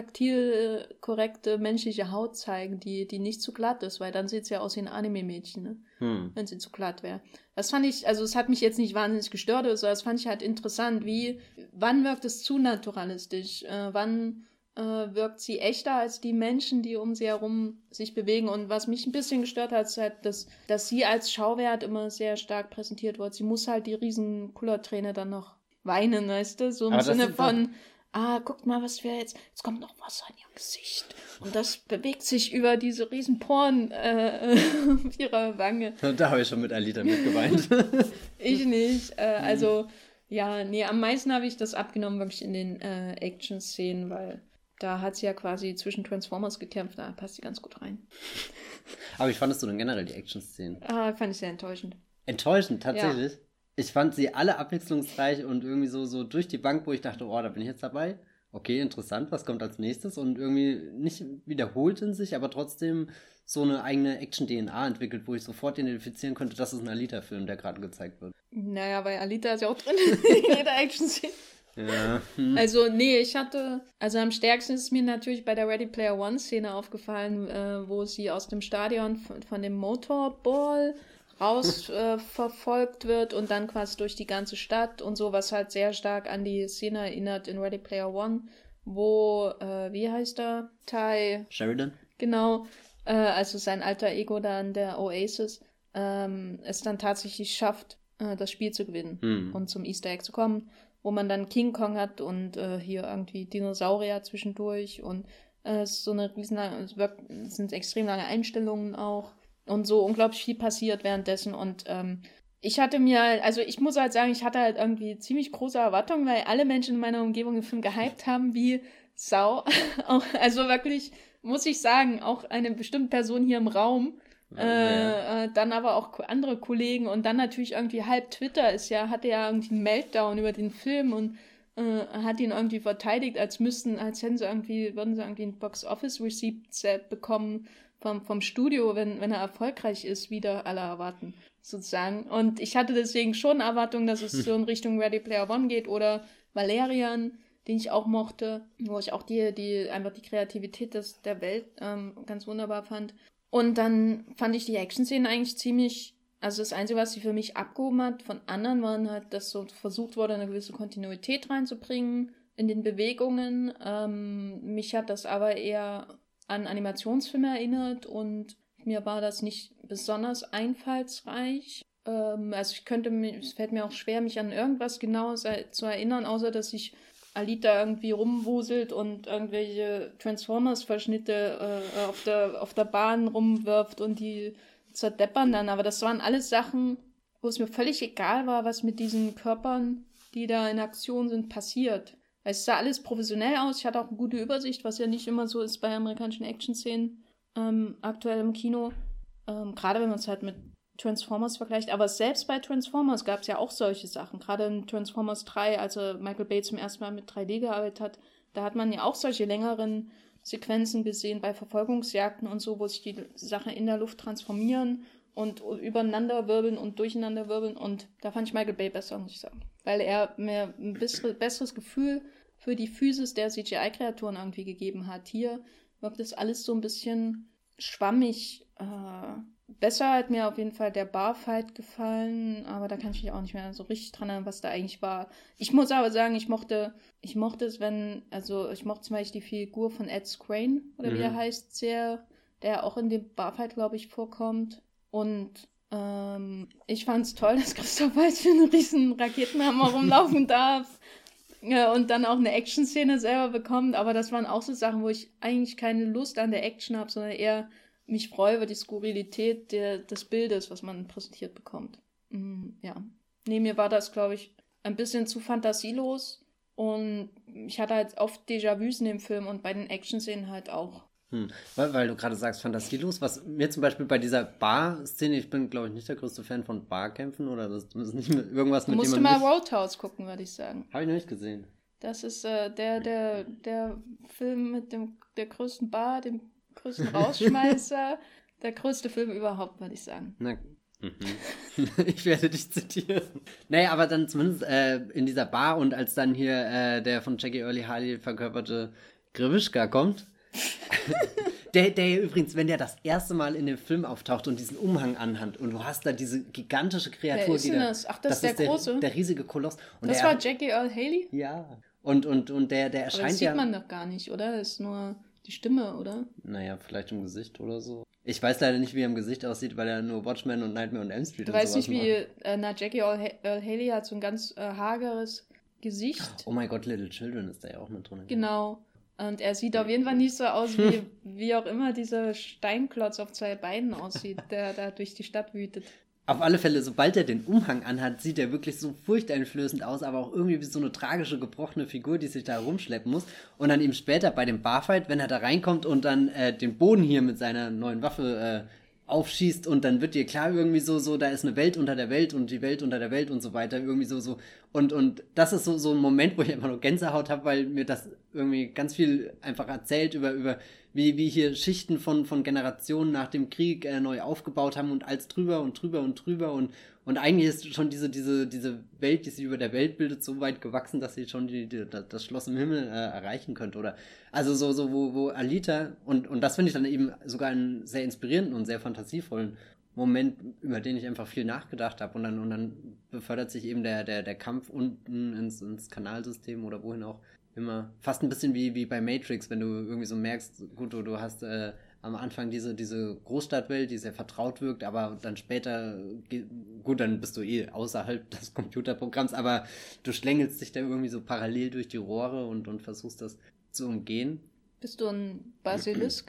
taktil korrekte menschliche Haut zeigen, die, die nicht zu glatt ist, weil dann sieht es ja aus wie ein Anime-Mädchen, ne? Hm. Wenn sie zu glatt wäre. Das fand ich, also es hat mich jetzt nicht wahnsinnig gestört oder so, das fand ich halt interessant, wie, wann wirkt es zu naturalistisch, äh, wann äh, wirkt sie echter als die Menschen, die um sie herum sich bewegen. Und was mich ein bisschen gestört hat, ist halt, dass, dass sie als Schauwert immer sehr stark präsentiert wird. Sie muss halt die riesen Kullerträne dann noch weinen, weißt du, so im Aber Sinne von, ah, guckt mal, was wir jetzt, jetzt kommt noch Wasser in ihr Gesicht. Und das bewegt sich über diese riesen Poren äh, auf ihrer Wange. Da habe ich schon mit Alita mitgeweint. Ich nicht. Äh, also, ja, nee, am meisten habe ich das abgenommen, wirklich in den äh, Action-Szenen, weil da hat sie ja quasi zwischen Transformers gekämpft, da passt sie ganz gut rein. Aber wie fandest du denn generell die Action-Szenen? Ah, fand ich sehr enttäuschend. Enttäuschend, tatsächlich? Ja. Ich fand sie alle abwechslungsreich und irgendwie so, so durch die Bank, wo ich dachte, oh, da bin ich jetzt dabei. Okay, interessant, was kommt als nächstes? Und irgendwie nicht wiederholt in sich, aber trotzdem so eine eigene Action-D N A entwickelt, wo ich sofort identifizieren konnte, das ist ein Alita-Film, der gerade gezeigt wird. Naja, weil Alita ist ja auch drin in jeder Action-Szene. Ja. Hm. Also, nee, ich hatte, also am stärksten ist mir natürlich bei der Ready Player One-Szene aufgefallen, äh, wo sie aus dem Stadion von, von dem Motorball raus äh, verfolgt wird und dann quasi durch die ganze Stadt und so, was halt sehr stark an die Szene erinnert in Ready Player One, wo, äh, wie heißt er? Ty Sheridan? Genau, äh, also sein alter Ego dann, der Oasis, ähm, es dann tatsächlich schafft, äh, das Spiel zu gewinnen Hm. und zum Easter Egg zu kommen, wo man dann King Kong hat und äh, hier irgendwie Dinosaurier zwischendurch und äh, es ist so eine riesen, es wirkt, es sind extrem lange Einstellungen auch. Und so unglaublich viel passiert währenddessen. Und ähm, ich hatte mir, also ich muss halt sagen, ich hatte halt irgendwie ziemlich große Erwartungen, weil alle Menschen in meiner Umgebung den Film gehypt haben wie Sau. auch, also wirklich, muss ich sagen, auch eine bestimmte Person hier im Raum. Ja, Äh, äh, dann aber auch ko- andere Kollegen und dann natürlich irgendwie halb Twitter ist ja, hatte ja irgendwie einen Meltdown über den Film und äh, hat ihn irgendwie verteidigt, als müssten, als hätten sie irgendwie, würden sie irgendwie ein Box-Office-Receipt bekommen vom, vom Studio, wenn, wenn er erfolgreich ist, wieder alle erwarten, sozusagen. Und ich hatte deswegen schon Erwartungen, dass es so in Richtung Ready Player One geht oder Valerian, den ich auch mochte, wo ich auch die, die einfach die Kreativität des, der Welt ähm, ganz wunderbar fand. Und dann fand ich die Action-Szenen eigentlich ziemlich, also das Einzige, was sie für mich abgehoben hat von anderen, waren halt, dass so versucht wurde, eine gewisse Kontinuität reinzubringen in den Bewegungen. Ähm, mich hat das aber eher an Animationsfilme erinnert und mir war das nicht besonders einfallsreich. Ähm, also ich könnte mir, es fällt mir auch schwer, mich an irgendwas Genaues er- zu erinnern, außer dass ich Alita irgendwie rumwuselt und irgendwelche Transformers-Verschnitte äh, auf der, auf der Bahn rumwirft und die zerdeppern dann. Aber das waren alles Sachen, wo es mir völlig egal war, was mit diesen Körpern, die da in Aktion sind, passiert. Weil es sah alles professionell aus. Ich hatte auch eine gute Übersicht, was ja nicht immer so ist bei amerikanischen Action-Szenen ähm, aktuell im Kino. Ähm, gerade wenn man es halt mit Transformers vergleicht, aber selbst bei Transformers gab es ja auch solche Sachen. Gerade in Transformers drei, als Michael Bay zum ersten Mal mit drei D gearbeitet hat, da hat man ja auch solche längeren Sequenzen gesehen bei Verfolgungsjagden und so, wo sich die Sachen in der Luft transformieren und übereinander wirbeln und durcheinander wirbeln und da fand ich Michael Bay besser, muss ich sagen. Weil er mir ein bessere, besseres Gefühl für die Physis der C G I-Kreaturen irgendwie gegeben hat. Hier wirkt das alles so ein bisschen schwammig. Äh, besser hat mir auf jeden Fall der Barfight gefallen, aber da kann ich mich auch nicht mehr so richtig dran erinnern, was da eigentlich war. Ich muss aber sagen, ich mochte, ich mochte es, wenn, also ich mochte zum Beispiel die Figur von Ed Skrein, oder wie Mhm. er heißt, sehr, der auch in dem Barfight, glaube ich, vorkommt. Und ähm, ich fand es toll, dass Christoph Waltz für einen riesen Raketenhammer rumlaufen darf. Ja, und dann auch eine Action-Szene selber bekommt, aber das waren auch so Sachen, wo ich eigentlich keine Lust an der Action habe, sondern eher mich freue über die Skurrilität der, des Bildes, was man präsentiert bekommt. Mm, ja. Nee, mir war das, glaube ich, ein bisschen zu fantasielos und ich hatte halt oft Déjà-vus in dem Film und bei den Action-Szenen halt auch. Hm. Weil, weil du gerade sagst, fantasielos, was mir zum Beispiel bei dieser Bar-Szene, ich bin, glaube ich, nicht der größte Fan von Barkämpfen oder das ist nicht mit, irgendwas, mit Musst dem du man mal nicht... Roadhouse gucken, würde ich sagen. Habe ich noch nicht gesehen. Das ist äh, der, der, der Film mit dem der größten Bar, dem größten Rausschmeißer, der größte Film überhaupt, würde ich sagen. Na, mhm. Ich werde dich zitieren. Naja, aber dann zumindest äh, in dieser Bar und als dann hier äh, der von Jackie Earle Haley verkörperte Grewischka kommt, der, der übrigens, wenn der das erste Mal in dem Film auftaucht und diesen Umhang anhat und du hast da diese gigantische Kreatur, Wer ist die denn da, das? Ach, das ist der große? Der, der riesige Koloss. Und Das der, war Jackie Earle Haley? Ja. Und, und, und der, der Aber erscheint das sieht ja... man doch gar nicht, oder? Das ist nur die Stimme, oder? Naja, vielleicht im Gesicht oder so. Ich weiß leider nicht, wie er im Gesicht aussieht, weil er nur Watchmen und Nightmare on Elm Street Du und weißt sowas nicht, wie macht. äh, na, Jackie Earle Earle Haley hat so ein ganz äh, hageres Gesicht. Oh mein Gott, Little Children ist da ja auch mit drin. Genau. Und er sieht auf jeden Fall nicht so aus, wie, wie auch immer dieser Steinklotz auf zwei Beinen aussieht, der da durch die Stadt wütet. Auf alle Fälle, sobald er den Umhang anhat, sieht er wirklich so furchteinflößend aus, aber auch irgendwie wie so eine tragische, gebrochene Figur, die sich da rumschleppen muss. Und dann eben später bei dem Barfight, wenn er da reinkommt und dann äh, den Boden hier mit seiner neuen Waffe äh, aufschießt und dann wird dir klar irgendwie so, so, da ist eine Welt unter der Welt und die Welt unter der Welt und so weiter, irgendwie so, so. Und, und das ist so, so ein Moment, wo ich einfach nur Gänsehaut habe, weil mir das irgendwie ganz viel einfach erzählt über, über wie, wie hier Schichten von, von Generationen nach dem Krieg äh, neu aufgebaut haben und alles drüber und drüber und drüber und, und eigentlich ist schon diese, diese, diese Welt, die sich über der Welt bildet, so weit gewachsen, dass sie schon die, die, das Schloss im Himmel äh, erreichen könnte, oder? Also so, so wo, wo Alita, und, und das finde ich dann eben sogar einen sehr inspirierenden und sehr fantasievollen Moment, über den ich einfach viel nachgedacht habe und dann, und dann befördert sich eben der, der, der Kampf unten ins, ins Kanalsystem oder wohin auch immer. Fast ein bisschen wie, wie bei Matrix, wenn du irgendwie so merkst, gut, du, du hast äh, am Anfang diese, diese Großstadtwelt, die sehr vertraut wirkt, aber dann später, gut, dann bist du eh außerhalb des Computerprogramms, aber du schlängelst dich da irgendwie so parallel durch die Rohre und, und versuchst das zu umgehen. Bist du ein Basilisk?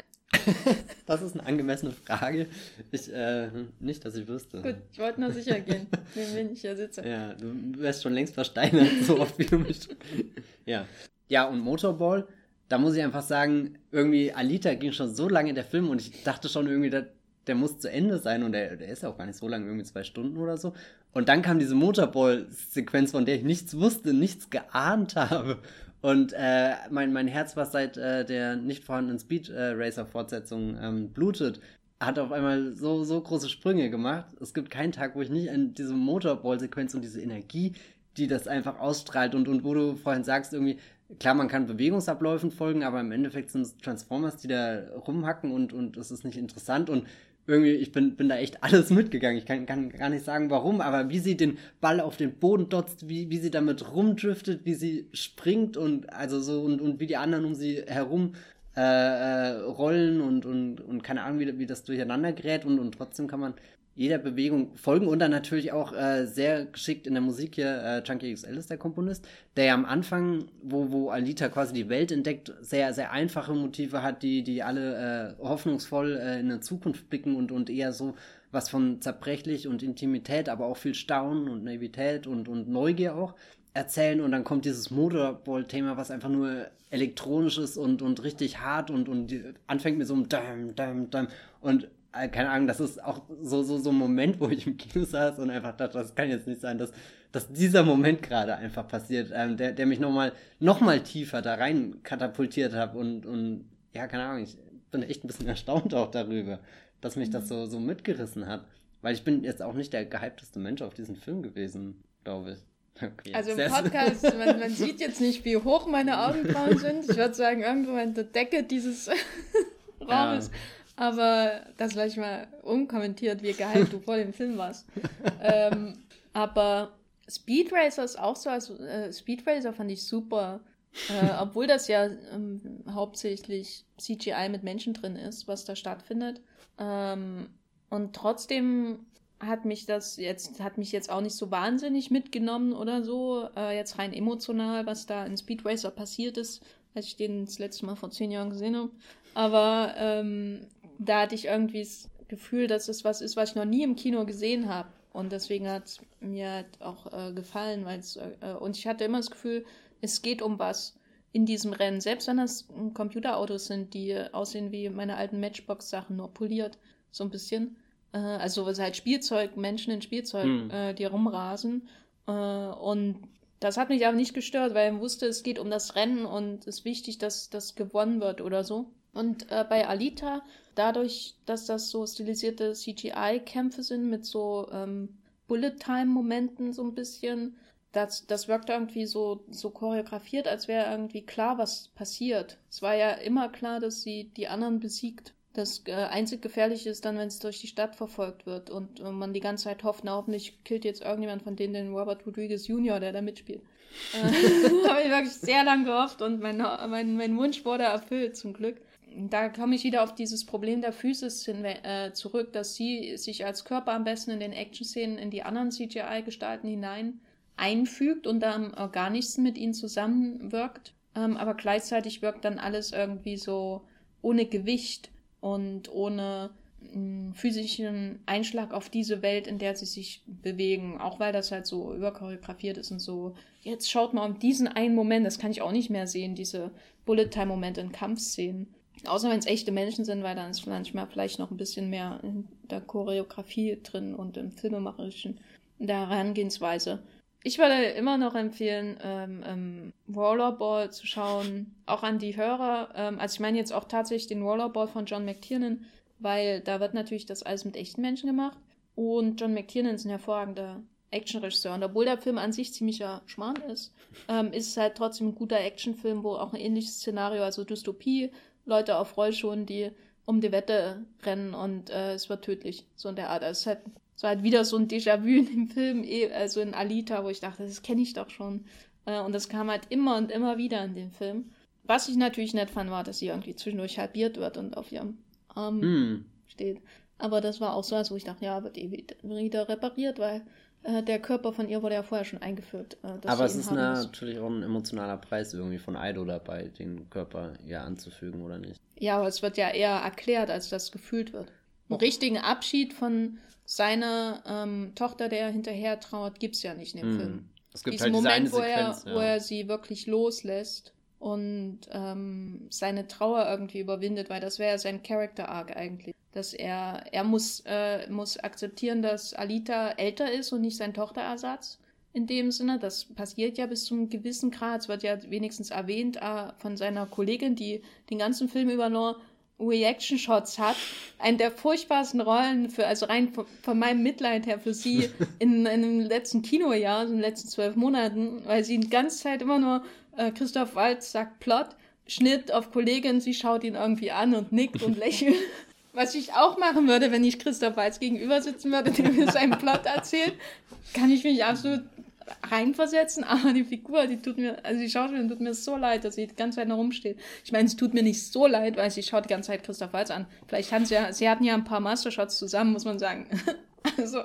Das ist eine angemessene Frage. Ich, äh, nicht, dass ich wüsste. Gut, ich wollte nur sicher gehen, neben wen ich hier sitze. Ja, du wärst schon längst versteinert, so oft wie du mich... Ja. Ja, und Motorball, da muss ich einfach sagen, irgendwie Alita ging schon so lange in der Film und ich dachte schon irgendwie, der, der muss zu Ende sein und der, der ist ja auch gar nicht so lang, irgendwie zwei Stunden oder so. Und dann kam diese Motorball-Sequenz, von der ich nichts wusste, nichts geahnt habe. Und äh, mein, mein Herz, was seit äh, der nicht vorhandenen Speed äh, Racer-Fortsetzung ähm, blutet, hat auf einmal so, so große Sprünge gemacht. Es gibt keinen Tag, wo ich nicht an diese Motorball-Sequenz und diese Energie, die das einfach ausstrahlt und, und wo du vorhin sagst, irgendwie, klar, man kann Bewegungsabläufen folgen, aber im Endeffekt sind es Transformers, die da rumhacken und, und es ist nicht interessant und irgendwie, ich bin, bin da echt alles mitgegangen. Ich kann, kann gar nicht sagen, warum, aber wie sie den Ball auf den Boden dotzt, wie, wie sie damit rumdriftet, wie sie springt und also so und, und wie die anderen um sie herum äh, äh, rollen und, und, und keine Ahnung, wie, wie das durcheinander gerät und, und trotzdem kann man jeder Bewegung folgen und dann natürlich auch äh, sehr geschickt in der Musik hier, äh, Junkie X L ist der Komponist, der ja am Anfang, wo, wo Alita quasi die Welt entdeckt, sehr, sehr einfache Motive hat, die, die alle äh, hoffnungsvoll äh, in eine Zukunft blicken und, und eher so was von zerbrechlich und Intimität, aber auch viel Staunen und Naivität und, und Neugier auch erzählen und dann kommt dieses Motorball-Thema, was einfach nur elektronisch ist und, und richtig hart und, und anfängt mit so einem Dam, Dam, Dam und keine Ahnung, das ist auch so, so, so ein Moment, wo ich im Kino saß und einfach dachte, das kann jetzt nicht sein, dass, dass dieser Moment gerade einfach passiert, ähm, der, der mich nochmal noch mal tiefer da rein katapultiert hat und, und ja, keine Ahnung, ich bin echt ein bisschen erstaunt auch darüber, dass mich das so, so mitgerissen hat, weil ich bin jetzt auch nicht der gehypteste Mensch auf diesen Film gewesen, glaube ich. Okay, also im Podcast, man, man sieht jetzt nicht, wie hoch meine Augenbrauen sind. Ich würde sagen, irgendwo an der Decke dieses Raumes. Ja. Aber das lasse ich mal unkommentiert, wie gehypt du vor dem Film warst. ähm, aber Speed Racer ist auch so, also äh, Speed Racer fand ich super. Äh, obwohl das ja ähm, hauptsächlich C G I mit Menschen drin ist, was da stattfindet. Ähm, und trotzdem hat mich das jetzt, hat mich jetzt auch nicht so wahnsinnig mitgenommen oder so, äh, jetzt rein emotional, was da in Speed Racer passiert ist, als ich den das letzte Mal vor zehn Jahren gesehen habe. Aber ähm, da hatte ich irgendwie das Gefühl, dass es was ist, was ich noch nie im Kino gesehen habe. Und deswegen hat es mir halt auch äh, gefallen, weil es, äh, und ich hatte immer das Gefühl, es geht um was in diesem Rennen. Selbst wenn das Computerautos sind, die aussehen wie meine alten Matchbox-Sachen, nur poliert, so ein bisschen. Äh, also was halt Spielzeug, Menschen in Spielzeug, hm. äh, die rumrasen. Äh, und das hat mich aber nicht gestört, weil ich wusste, es geht um das Rennen und es ist wichtig, dass das gewonnen wird oder so. Und äh, bei Alita, dadurch, dass das so stilisierte C G I-Kämpfe sind mit so ähm, Bullet-Time-Momenten so ein bisschen, das, das wirkt irgendwie so, so choreografiert, als wäre irgendwie klar, was passiert. Es war ja immer klar, dass sie die anderen besiegt. Das äh, einzig Gefährliche ist dann, wenn es durch die Stadt verfolgt wird und äh, man die ganze Zeit hofft, na hoffentlich killt jetzt irgendjemand von denen den Robert Rodriguez Junior, der da mitspielt. äh, habe ich wirklich sehr lange gehofft und mein, mein, mein Wunsch wurde erfüllt, zum Glück. Da komme ich wieder auf dieses Problem der Physis hin, äh, zurück, dass sie sich als Körper am besten in den Action-Szenen in die anderen C G I-Gestalten hinein einfügt und da am organischsten mit ihnen zusammenwirkt. ähm, aber gleichzeitig wirkt dann alles irgendwie so ohne Gewicht und ohne mh, physischen Einschlag auf diese Welt, in der sie sich bewegen. Auch weil das halt so überchoreografiert ist und so, jetzt schaut mal um diesen einen Moment, das kann ich auch nicht mehr sehen, diese Bullet-Time-Momente in Kampfszenen. Außer wenn es echte Menschen sind, weil dann ist manchmal vielleicht noch ein bisschen mehr in der Choreografie drin und im filmemacherischen, in der Herangehensweise. Ich würde immer noch empfehlen, ähm, ähm, Rollerball zu schauen, auch an die Hörer. Ähm, also ich meine jetzt auch tatsächlich den Rollerball von John McTiernan, weil da wird natürlich das alles mit echten Menschen gemacht. Und John McTiernan ist ein hervorragender Actionregisseur. Und obwohl der Film an sich ziemlicher Schmarrn ist, ähm, ist es halt trotzdem ein guter Actionfilm, wo auch ein ähnliches Szenario, also Dystopie, Leute auf Rollschuhen, die um die Wette rennen und äh, es wird tödlich. So in der Art. Also es ist halt, so halt wieder so ein Déjà-vu in dem Film, also in Alita, wo ich dachte, das kenne ich doch schon. Äh, und das kam halt immer und immer wieder in dem Film. Was ich natürlich nett fand, war, dass sie irgendwie zwischendurch halbiert wird und auf ihrem Arm mm. steht. Aber das war auch so, als wo ich dachte, ja, wird eh wieder repariert, weil äh, der Körper von ihr wurde ja vorher schon eingeführt. Äh, Aber es ist eine, natürlich auch ein emotionaler Preis irgendwie von Ido dabei, den Körper ja anzufügen, oder nicht? Ja, aber es wird ja eher erklärt, als dass gefühlt wird. Einen richtigen Abschied von seiner ähm, Tochter, der hinterher trauert, gibt es ja nicht in dem mm. Film. Es gibt Diesen halt Moment, diese wo, eine er, Sequenz, ja. wo er sie wirklich loslässt und ähm, seine Trauer irgendwie überwindet, weil das wäre ja sein Character-Arc eigentlich. Dass er, er muss, äh, muss akzeptieren, dass Alita älter ist und nicht sein Tochterersatz. In dem Sinne, das passiert ja bis zu einem gewissen Grad. Es wird ja wenigstens erwähnt äh, von seiner Kollegin, die den ganzen Film über nur Reaction-Shots hat. Eine der furchtbarsten Rollen, für, also rein von, von meinem Mitleid her für sie in, in dem letzten Kinojahr, also in den letzten zwölf Monaten, weil sie die ganze Zeit immer nur äh, Christoph Waltz sagt Plot, Schnitt auf Kollegin, sie schaut ihn irgendwie an und nickt und lächelt. Was ich auch machen würde, wenn ich Christoph Waltz gegenüber sitzen würde, der mir seinen Plot erzählt, kann ich mich absolut reinversetzen, aber die Figur, die tut mir, also die Schauspielerin tut mir so leid, dass sie die ganze Zeit noch rumsteht. Ich meine, es tut mir nicht so leid, weil sie schaut die ganze Zeit Christoph Waltz an. Vielleicht haben sie ja, sie hatten ja ein paar Mastershots zusammen, muss man sagen. Also,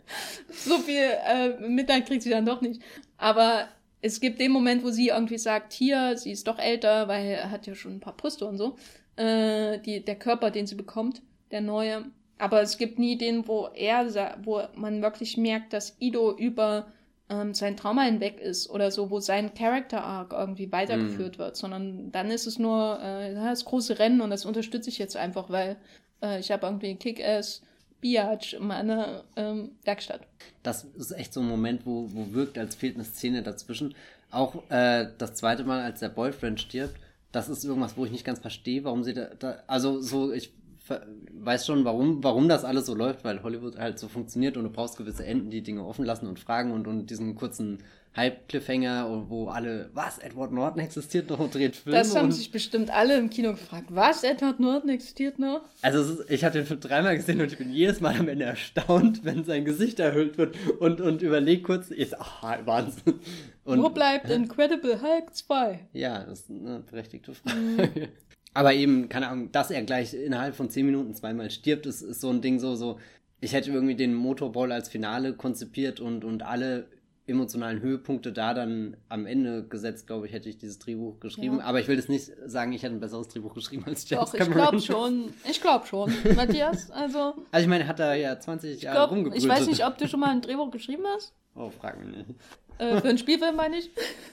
so viel äh, Mitleid kriegt sie dann doch nicht. Aber es gibt den Moment, wo sie irgendwie sagt, hier, sie ist doch älter, weil er hat ja schon ein paar Brüste und so. Äh, die, der Körper, den sie bekommt, der neue. Aber es gibt nie den, wo er, wo man wirklich merkt, dass Ido über ähm, sein Trauma hinweg ist oder so, wo sein Character-Arc irgendwie weitergeführt mm. wird, sondern dann ist es nur äh, das große Rennen und das unterstütze ich jetzt einfach, weil äh, ich habe irgendwie Kick-Ass Biatch in meiner ähm, Werkstatt. Das ist echt so ein Moment, wo, wo wirkt, als fehlt eine Szene dazwischen. Auch äh, das zweite Mal, als der Boyfriend stirbt, das ist irgendwas, wo ich nicht ganz verstehe, warum sie da, da also so, ich weiß schon, warum, warum das alles so läuft, weil Hollywood halt so funktioniert und du brauchst gewisse Enden, die Dinge offen lassen und fragen und, und diesen kurzen Hype-Cliffhanger, wo alle, was, Edward Norton existiert noch und dreht Filme. Das haben und sich bestimmt alle im Kino gefragt. Was, Edward Norton existiert noch? Also es ist, ich habe den Film dreimal gesehen und ich bin jedes Mal am Ende erstaunt, wenn sein Gesicht erhöht wird und, und überleg kurz, ist, ach, Wahnsinn. Und, wo bleibt Incredible Hulk zwei? Ja, das ist eine berechtigte Frage. Mhm. Aber eben, keine Ahnung, dass er gleich innerhalb von zehn Minuten zweimal stirbt, ist, ist so ein Ding so, so, ich hätte irgendwie den Motorball als Finale konzipiert und, und alle emotionalen Höhepunkte da dann am Ende gesetzt, glaube ich, hätte ich dieses Drehbuch geschrieben. Ja. Aber ich will jetzt nicht sagen, ich hätte ein besseres Drehbuch geschrieben als James Doch, Cameron. ich glaube schon. Ich glaube schon, Matthias. Also, also ich meine, hat er ja zwanzig Jahre rumgebrüllt. Ich weiß nicht, ob du schon mal ein Drehbuch geschrieben hast. Oh, frag mich nicht. Äh, für einen Spielfilm meine ich.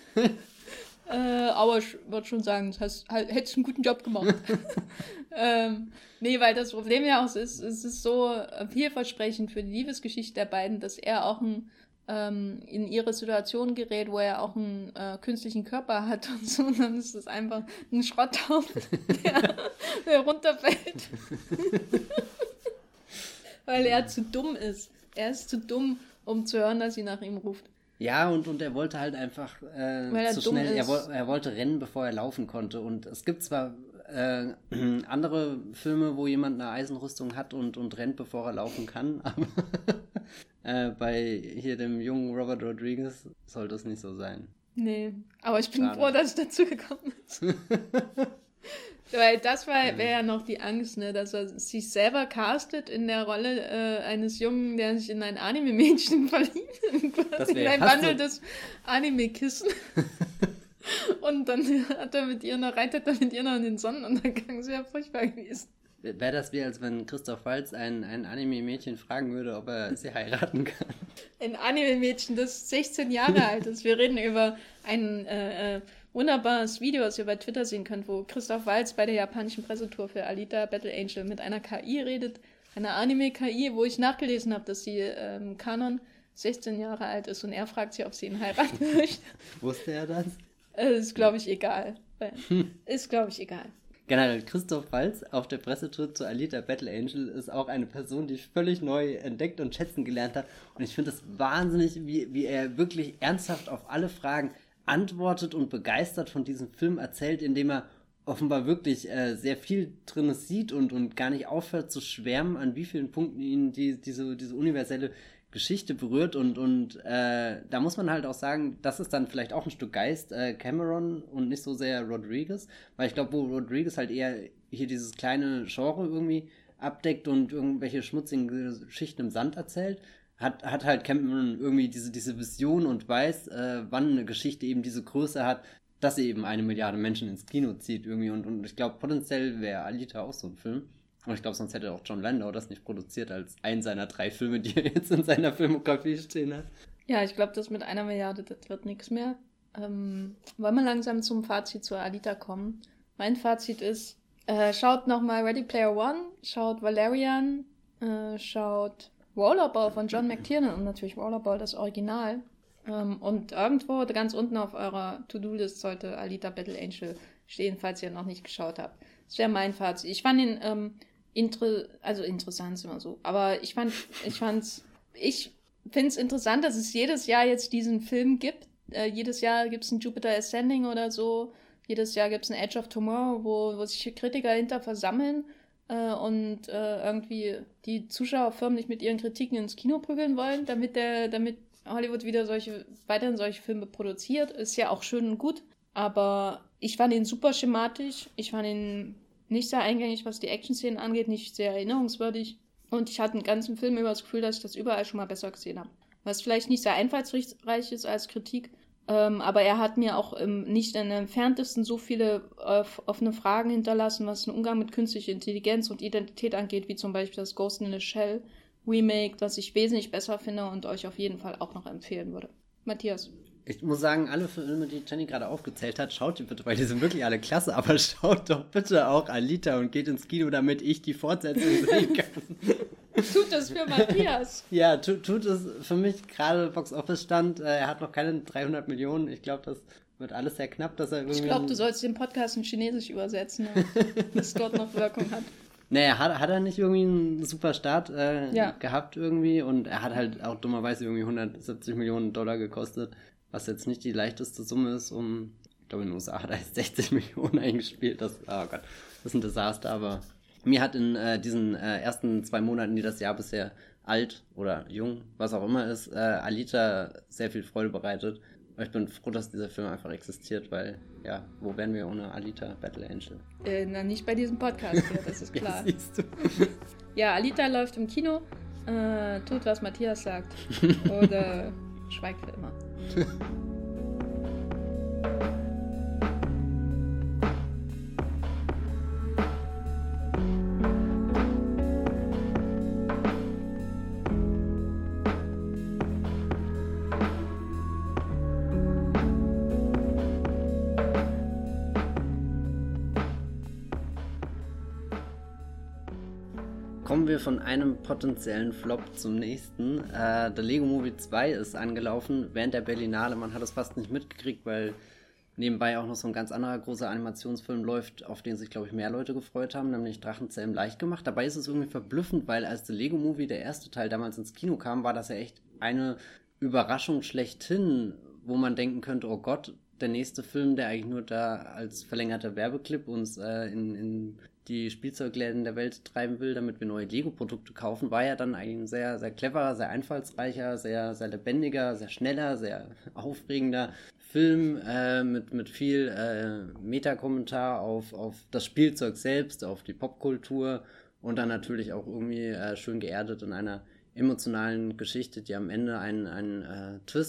äh, aber ich würde schon sagen, das heißt, halt, hättest einen guten Job gemacht. ähm, nee, weil das Problem ja auch ist, es ist so vielversprechend für die Liebesgeschichte der beiden, dass er auch ein ähm, in ihre Situation gerät, wo er auch einen äh, künstlichen Körper hat und so, und dann ist das einfach ein Schrotthaufen, der, der runterfällt. Weil er zu dumm ist. Er ist zu dumm, um zu hören, dass sie nach ihm ruft. Ja, und, und er wollte halt einfach äh, zu schnell, er, wo, er wollte rennen, bevor er laufen konnte. Und es gibt zwar äh, andere Filme, wo jemand eine Eisenrüstung hat und, und rennt, bevor er laufen kann, aber äh, bei hier dem jungen Robert Rodriguez soll das nicht so sein. Nee, aber ich bin Schade. froh, dass es dazu gekommen ist. Weil das wäre ja noch die Angst, ne, dass er sich selber castet in der Rolle äh, eines Jungen, der sich in ein Anime-Mädchen verliebt. In ein wandelndes Anime-Kissen. Und dann hat er mit ihr noch, reitet er mit ihr noch in den Sonnenuntergang. Sehr furchtbar gewesen. Wäre das wie, als wenn Christoph Waltz ein, ein Anime-Mädchen fragen würde, ob er sie heiraten kann? Ein Anime-Mädchen, das sechzehn Jahre alt ist. Wir reden über ein äh, äh, wunderbares Video, das ihr bei Twitter sehen könnt, wo Christoph Waltz bei der japanischen Pressetour für Alita Battle Angel mit einer K I redet. Einer Anime-K I, wo ich nachgelesen habe, dass sie ähm, Kanon sechzehn Jahre alt ist und er fragt sie, ob sie ihn heiraten möchte. Wusste er das? Äh, ist, glaube ich, egal. Ist, glaube ich, egal. Generell, Christoph Waltz auf der Pressetour zu Alita Battle Angel ist auch eine Person, die ich völlig neu entdeckt und schätzen gelernt habe. Und ich finde es wahnsinnig, wie, wie er wirklich ernsthaft auf alle Fragen antwortet und begeistert von diesem Film erzählt, indem er offenbar wirklich äh, sehr viel drin sieht und, und gar nicht aufhört zu schwärmen, an wie vielen Punkten ihn die, diese, diese universelle Geschichte berührt und, und äh, da muss man halt auch sagen, das ist dann vielleicht auch ein Stück Geist äh, Cameron und nicht so sehr Rodriguez, weil ich glaube, wo Rodriguez halt eher hier dieses kleine Genre irgendwie abdeckt und irgendwelche schmutzigen Geschichten im Sand erzählt, hat, hat halt Cameron irgendwie diese, diese Vision und weiß, äh, wann eine Geschichte eben diese Größe hat, dass sie eben eine Milliarde Menschen ins Kino zieht irgendwie und, und ich glaube, potenziell wäre Alita auch so ein Film. Und ich glaube, sonst hätte auch John Landau das nicht produziert als einen seiner drei Filme, die er jetzt in seiner Filmografie stehen hat. Ja, ich glaube, das mit einer Milliarde, das wird nichts mehr. Ähm, wollen wir langsam zum Fazit zur Alita kommen? Mein Fazit ist, äh, schaut nochmal Ready Player One, schaut Valerian, äh, schaut Rollerball von John McTiernan und natürlich Rollerball, das Original. Ähm, und irgendwo ganz unten auf eurer To-Do-List sollte Alita Battle Angel stehen, falls ihr noch nicht geschaut habt. Das wäre mein Fazit. Ich fand ihn ähm, inter- also interessant ist immer so, aber ich fand, ich fand's, ich finde es interessant, dass es jedes Jahr jetzt diesen Film gibt. Äh, jedes Jahr gibt es ein Jupiter Ascending oder so. Jedes Jahr gibt es ein Edge of Tomorrow, wo, wo sich Kritiker hinter versammeln äh, und äh, irgendwie die Zuschauer förmlich mit ihren Kritiken ins Kino prügeln wollen, damit der, damit Hollywood wieder solche, weiterhin solche Filme produziert. Ist ja auch schön und gut, aber ich fand ihn super schematisch. Ich fand ihn nicht sehr eingängig, was die Action-Szenen angeht, nicht sehr erinnerungswürdig. Und ich hatte den ganzen Film über das Gefühl, dass ich das überall schon mal besser gesehen habe. Was vielleicht nicht sehr einfallsreich ist als Kritik, ähm, aber er hat mir auch ähm, nicht in den entferntesten so viele äh, offene Fragen hinterlassen, was den Umgang mit künstlicher Intelligenz und Identität angeht, wie zum Beispiel das Ghost in the Shell Remake, das ich wesentlich besser finde und euch auf jeden Fall auch noch empfehlen würde. Matthias? Ich muss sagen, alle Filme, die Jenny gerade aufgezählt hat, schaut ihr bitte, weil die sind wirklich alle klasse, aber schaut doch bitte auch Alita und geht ins Kino, damit ich die Fortsetzung sehen kann. Tut es für Matthias. Ja, tu, tut es für mich. Gerade Box Office Stand, äh, er hat noch keine dreihundert Millionen. Ich glaube, das wird alles sehr knapp, dass er irgendwie... Ich glaube, du sollst den Podcast in Chinesisch übersetzen, ja, dass dort noch Wirkung hat. Naja, hat, hat er nicht irgendwie einen super Start äh, ja. gehabt irgendwie und er hat halt auch dummerweise irgendwie hundertsiebzig Millionen Dollar gekostet, was jetzt nicht die leichteste Summe ist, um, ich glaube in den U S A hat er jetzt sechzig Millionen eingespielt, das, oh Gott, das ist ein Desaster, aber mir hat in äh, diesen äh, ersten zwei Monaten, die das Jahr bisher alt oder jung, was auch immer ist, äh, Alita sehr viel Freude bereitet. Ich bin froh, dass dieser Film einfach existiert, weil, ja, wo wären wir ohne Alita Battle Angel? Äh, na, nicht bei diesem Podcast hier, das ist klar. Ja, siehst du. Ja, Alita läuft im Kino, äh, tut, was Matthias sagt oder schweigt für immer. Kommen wir von einem potenziellen Flop zum nächsten. Äh, der Lego Movie zwei ist angelaufen während der Berlinale. Man hat es fast nicht mitgekriegt, weil nebenbei auch noch so ein ganz anderer großer Animationsfilm läuft, auf den sich, glaube ich, mehr Leute gefreut haben, nämlich Drachenzähmen leicht gemacht. Dabei ist es irgendwie verblüffend, weil als der Lego Movie, der erste Teil, damals ins Kino kam, war das ja echt eine Überraschung schlechthin, wo man denken könnte, oh Gott, der nächste Film, der eigentlich nur da als verlängerter Werbeclip uns äh, in, in die Spielzeugläden der Welt treiben will, damit wir neue Lego-Produkte kaufen, war ja dann eigentlich ein sehr, sehr cleverer, sehr einfallsreicher, sehr, sehr lebendiger, sehr schneller, sehr aufregender Film äh, mit, mit viel äh, Metakommentar auf, auf das Spielzeug selbst, auf die Popkultur und dann natürlich auch irgendwie äh, schön geerdet in einer emotionalen Geschichte, die am Ende einen, einen äh, Twist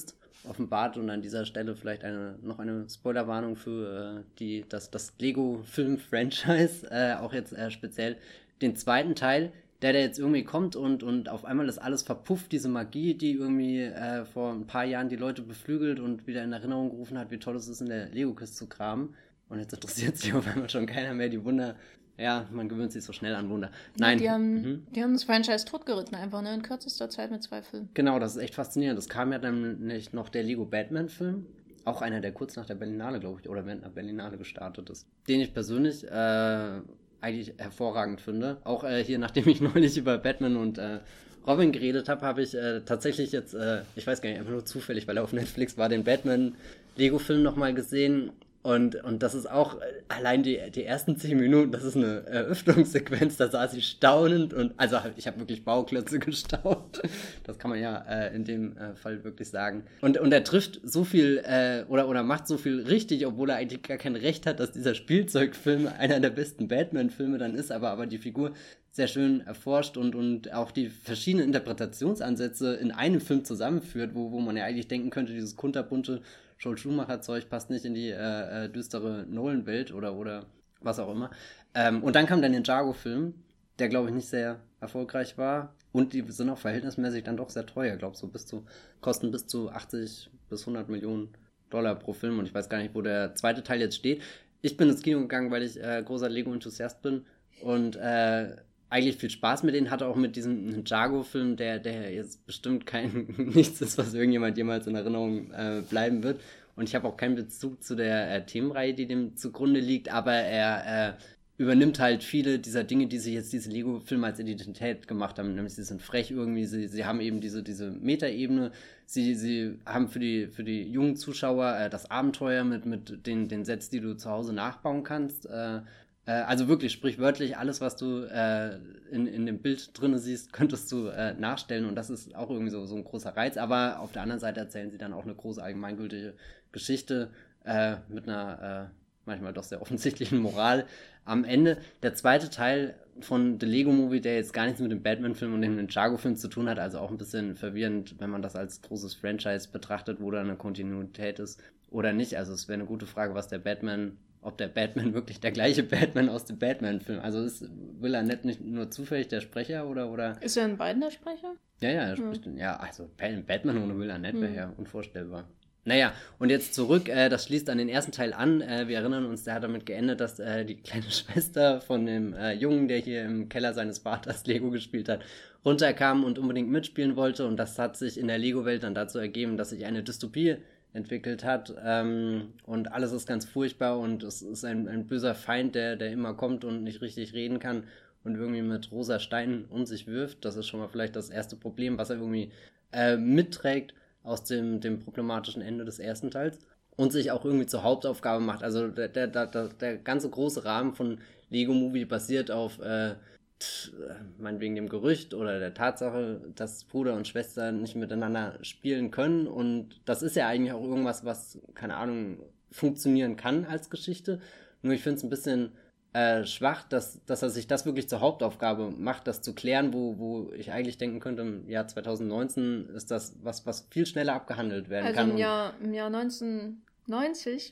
offenbart und an dieser Stelle vielleicht eine noch eine Spoilerwarnung für äh, die, das, das Lego-Film-Franchise, äh, auch jetzt äh, speziell den zweiten Teil, der, der jetzt irgendwie kommt und, und auf einmal ist alles verpufft, diese Magie, die irgendwie äh, vor ein paar Jahren die Leute beflügelt und wieder in Erinnerung gerufen hat, wie toll es ist, in der Lego-Kiste zu graben. Und jetzt interessiert sich auf einmal schon keiner mehr die Wunder. Ja, man gewöhnt sich so schnell an Wunder. Nein. Die haben, mhm. die haben das Franchise totgeritten einfach, ne? In kürzester Zeit mit zwei Filmen. Genau, das ist echt faszinierend. Es kam ja dann nicht noch der Lego Batman-Film. Auch einer, der kurz nach der Berlinale, glaube ich, oder während der Berlinale gestartet ist. Den ich persönlich äh, eigentlich hervorragend finde. Auch äh, hier, nachdem ich neulich über Batman und äh, Robin geredet habe, habe ich äh, tatsächlich jetzt, äh, ich weiß gar nicht, einfach nur zufällig, weil er auf Netflix war, den Batman-Lego-Film nochmal gesehen. Und, und das ist auch, allein die, die ersten zehn Minuten, das ist eine Eröffnungssequenz, da saß ich staunend und, also ich habe wirklich Bauklötze gestaunt. Das kann man ja äh, in dem äh, Fall wirklich sagen. Und, und er trifft so viel, äh, oder, oder macht so viel richtig, obwohl er eigentlich gar kein Recht hat, dass dieser Spielzeugfilm einer der besten Batman-Filme dann ist, aber, aber die Figur sehr schön erforscht und, und auch die verschiedenen Interpretationsansätze in einem Film zusammenführt, wo, wo man ja eigentlich denken könnte, dieses kunterbunte Joel Schumacher-Zeug passt nicht in die äh, äh, düstere Nolan-Welt oder, oder was auch immer. Ähm, und dann kam der Ninjago-Film, der, glaube ich, nicht sehr erfolgreich war. Und die sind auch verhältnismäßig dann doch sehr teuer. Ich glaube, so bis zu, kosten bis zu achtzig bis hundert Millionen Dollar pro Film. Und ich weiß gar nicht, wo der zweite Teil jetzt steht. Ich bin ins Kino gegangen, weil ich äh, großer Lego-Enthusiast bin. Und äh, eigentlich viel Spaß mit denen, hatte auch mit diesem Ninjago-Film, der, der jetzt bestimmt kein nichts ist, was irgendjemand jemals in Erinnerung äh, bleiben wird. Und ich habe auch keinen Bezug zu der äh, Themenreihe, die dem zugrunde liegt, aber er äh, übernimmt halt viele dieser Dinge, die sich jetzt diese Lego-Filme als Identität gemacht haben. Nämlich sie sind frech irgendwie, sie, sie haben eben diese, diese Metaebene, sie, sie haben für die, für die jungen Zuschauer äh, das Abenteuer mit, mit den, den Sets, die du zu Hause nachbauen kannst, äh, Also wirklich sprichwörtlich alles, was du äh, in, in dem Bild drin siehst, könntest du äh, nachstellen und das ist auch irgendwie so, so ein großer Reiz. Aber auf der anderen Seite erzählen sie dann auch eine große allgemeingültige Geschichte äh, mit einer äh, manchmal doch sehr offensichtlichen Moral am Ende. Der zweite Teil von The Lego Movie, der jetzt gar nichts mit dem Batman-Film und dem Ninjago-Film zu tun hat, also auch ein bisschen verwirrend, wenn man das als großes Franchise betrachtet, wo da eine Kontinuität ist oder nicht. Also es wäre eine gute Frage, was der Batman... ob der Batman wirklich der gleiche Batman aus dem Batman-Film, also ist Will Arnett nicht nur zufällig der Sprecher oder, oder? Ist er in beiden der Sprecher? Ja, ja, er spricht, hm. ja, also Batman ohne Will Arnett wäre hm. ja unvorstellbar. Naja, und jetzt zurück, äh, das schließt an den ersten Teil an, äh, wir erinnern uns, der hat damit geendet, dass äh, die kleine Schwester von dem äh, Jungen, der hier im Keller seines Vaters Lego gespielt hat, runterkam und unbedingt mitspielen wollte und das hat sich in der Lego-Welt dann dazu ergeben, dass sich eine Dystopie entwickelt hat ähm, und alles ist ganz furchtbar und es ist ein, ein böser Feind, der, der immer kommt und nicht richtig reden kann und irgendwie mit rosa Steinen um sich wirft. Das ist schon mal vielleicht das erste Problem, was er irgendwie äh, mitträgt aus dem, dem problematischen Ende des ersten Teils und sich auch irgendwie zur Hauptaufgabe macht. Also der, der, der, der ganze große Rahmen von Lego Movie basiert auf äh, meinetwegen dem Gerücht oder der Tatsache, dass Bruder und Schwester nicht miteinander spielen können und das ist ja eigentlich auch irgendwas, was, keine Ahnung, funktionieren kann als Geschichte, nur ich finde es ein bisschen äh, schwach, dass, dass er sich das wirklich zur Hauptaufgabe macht, das zu klären, wo, wo ich eigentlich denken könnte, im Jahr zwanzig neunzehn ist das was, was viel schneller abgehandelt werden also kann. Also im Jahr, im Jahr neunzehnhundertneunzig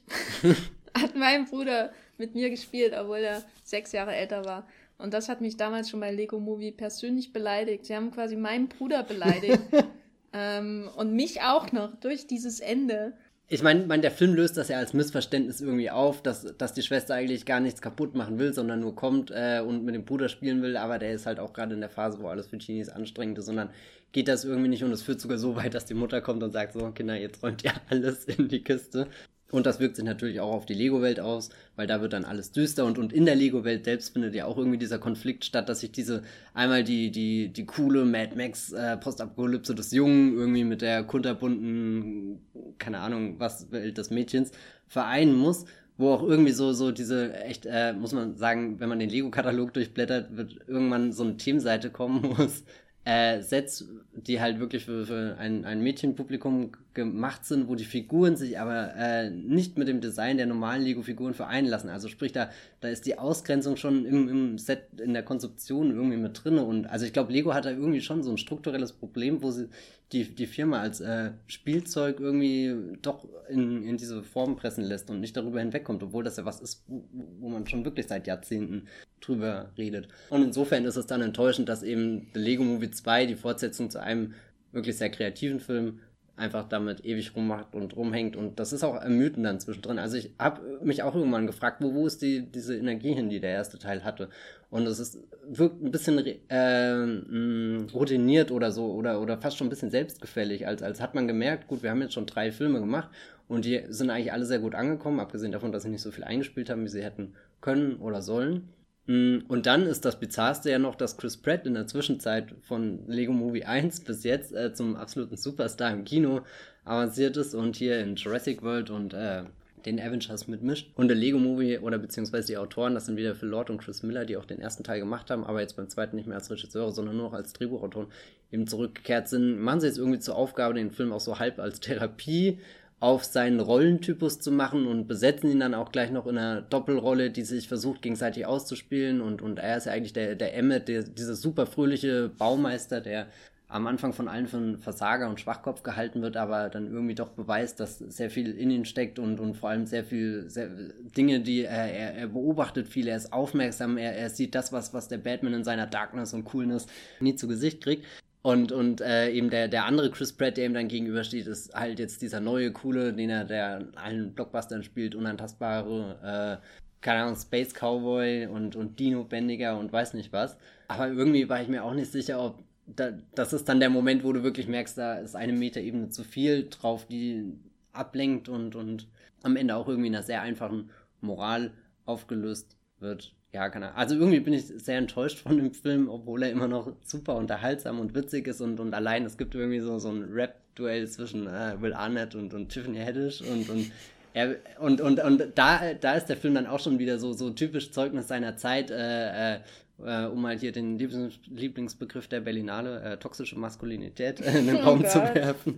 hat mein Bruder mit mir gespielt, obwohl er sechs Jahre älter war. Und das hat mich damals schon bei Lego Movie persönlich beleidigt. Sie haben quasi meinen Bruder beleidigt. ähm, und mich auch noch durch dieses Ende. Ich meine, mein, der Film löst das ja als Missverständnis irgendwie auf, dass, dass die Schwester eigentlich gar nichts kaputt machen will, sondern nur kommt äh, und mit dem Bruder spielen will. Aber der ist halt auch gerade in der Phase, wo alles für Teenies anstrengend ist. Und dann geht das irgendwie nicht. Und es führt sogar so weit, dass die Mutter kommt und sagt, so Kinder, jetzt räumt ihr alles in die Kiste. Und das wirkt sich natürlich auch auf die Lego-Welt aus, weil da wird dann alles düster und, und in der Lego-Welt selbst findet ja auch irgendwie dieser Konflikt statt, dass sich diese, einmal die, die, die coole Mad Max äh, Postapokalypse des Jungen irgendwie mit der kunterbunten, keine Ahnung, was Welt des Mädchens vereinen muss, wo auch irgendwie so, so diese, echt, äh, muss man sagen, wenn man den Lego-Katalog durchblättert, wird irgendwann so eine Themenseite kommen, wo es äh, Sets, die halt wirklich für, für ein, ein Mädchenpublikum gemacht sind, wo die Figuren sich aber äh, nicht mit dem Design der normalen Lego-Figuren vereinen lassen. Also sprich, da, da ist die Ausgrenzung schon im, im Set, in der Konzeption irgendwie mit drin. Und also ich glaube, Lego hat da irgendwie schon so ein strukturelles Problem, wo sie die, die Firma als äh, Spielzeug irgendwie doch in, in diese Form pressen lässt und nicht darüber hinwegkommt, obwohl das ja was ist, wo, wo man schon wirklich seit Jahrzehnten drüber redet. Und insofern ist es dann enttäuschend, dass eben The Lego Movie zwei, die Fortsetzung zu einem wirklich sehr kreativen Film, einfach damit ewig rummacht und rumhängt, und das ist auch ermüdend dann zwischendrin. Also ich habe mich auch irgendwann gefragt, wo, wo ist die, diese Energie hin, die der erste Teil hatte, und es ist, wirkt ein bisschen äh, mh, routiniert oder so, oder, oder fast schon ein bisschen selbstgefällig, als, als hat man gemerkt, gut, wir haben jetzt schon drei Filme gemacht und die sind eigentlich alle sehr gut angekommen, abgesehen davon, dass sie nicht so viel eingespielt haben, wie sie hätten können oder sollen. Und dann ist das Bizarrste ja noch, dass Chris Pratt in der Zwischenzeit von Lego Movie eins bis jetzt äh, zum absoluten Superstar im Kino avanciert ist und hier in Jurassic World und äh, den Avengers mitmischt. Und der Lego Movie, oder beziehungsweise die Autoren, das sind wieder Phil Lord und Chris Miller, die auch den ersten Teil gemacht haben, aber jetzt beim zweiten nicht mehr als Regisseure, sondern nur noch als Drehbuchautoren eben zurückgekehrt sind, machen sie jetzt irgendwie zur Aufgabe, den Film auch so halb als Therapie auf seinen Rollentypus zu machen und besetzen ihn dann auch gleich noch in einer Doppelrolle, die sich versucht gegenseitig auszuspielen, und, und er ist ja eigentlich der, der Emmett, der, dieser super fröhliche Baumeister, der am Anfang von allen für einen Versager und Schwachkopf gehalten wird, aber dann irgendwie doch beweist, dass sehr viel in ihn steckt und, und vor allem sehr viel sehr, Dinge, die er, er, er beobachtet viel, er ist aufmerksam, er, er sieht das, was, was der Batman in seiner Darkness und Coolness nie zu Gesicht kriegt. Und, und äh, eben der, der andere Chris Pratt, der ihm dann gegenübersteht, ist halt jetzt dieser neue, coole, den er der in allen Blockbustern spielt, unantastbare, äh, keine Ahnung, Space Cowboy und, und Dino-Bändiger und weiß nicht was. Aber irgendwie war ich mir auch nicht sicher, ob da, das ist dann der Moment, wo du wirklich merkst, da ist eine Metaebene zu viel drauf, die ablenkt und, und am Ende auch irgendwie in einer sehr einfachen Moral aufgelöst wird. Ja, keine Ahnung. Also irgendwie bin ich sehr enttäuscht von dem Film, obwohl er immer noch super unterhaltsam und witzig ist, und, und allein, es gibt irgendwie so, so ein Rap-Duell zwischen äh, Will Arnett und, und Tiffany Haddish und, und, er, und, und, und da, da ist der Film dann auch schon wieder so, so typisch Zeugnis seiner Zeit, äh, äh, Uh, um mal hier den Lieblings- Lieblingsbegriff der Berlinale, äh, toxische Maskulinität, äh, in den Raum oh zu werfen,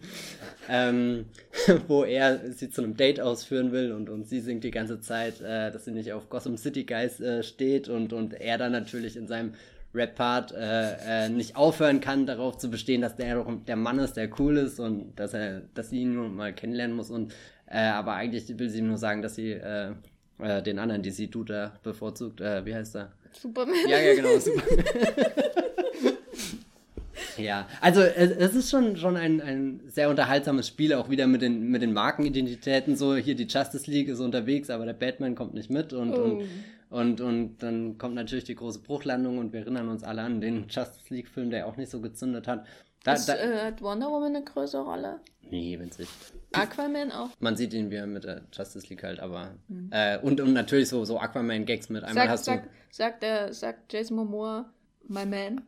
ähm, wo er sie zu einem Date ausführen will, und, und sie singt die ganze Zeit, äh, dass sie nicht auf Gotham City Guys äh, steht, und, und er dann natürlich in seinem Rap-Part äh, äh, nicht aufhören kann, darauf zu bestehen, dass der doch der Mann ist, der cool ist, und dass er, dass sie ihn nur mal kennenlernen muss, und äh, aber eigentlich will sie ihm nur sagen, dass sie äh, äh, den anderen, die sie tut, da bevorzugt, äh, wie heißt er? Superman. Ja, ja, genau, Superman. Ja, also es, es ist schon, schon ein, ein sehr unterhaltsames Spiel, auch wieder mit den, mit den Markenidentitäten, so hier die Justice League ist unterwegs, aber der Batman kommt nicht mit, und, oh. und, und, und dann kommt natürlich die große Bruchlandung, und wir erinnern uns alle an den Justice League Film, der auch nicht so gezündet hat. Da, ist, da, äh, hat Wonder Woman eine größere Rolle? Nee, wenn nicht. Aquaman auch? Man sieht ihn wieder mit der Justice League halt, aber mhm. äh, und, und natürlich so, so Aquaman-Gags mit. Einmal sag, hast sag, du... Sagt, der, sagt Jason Momoa, my man?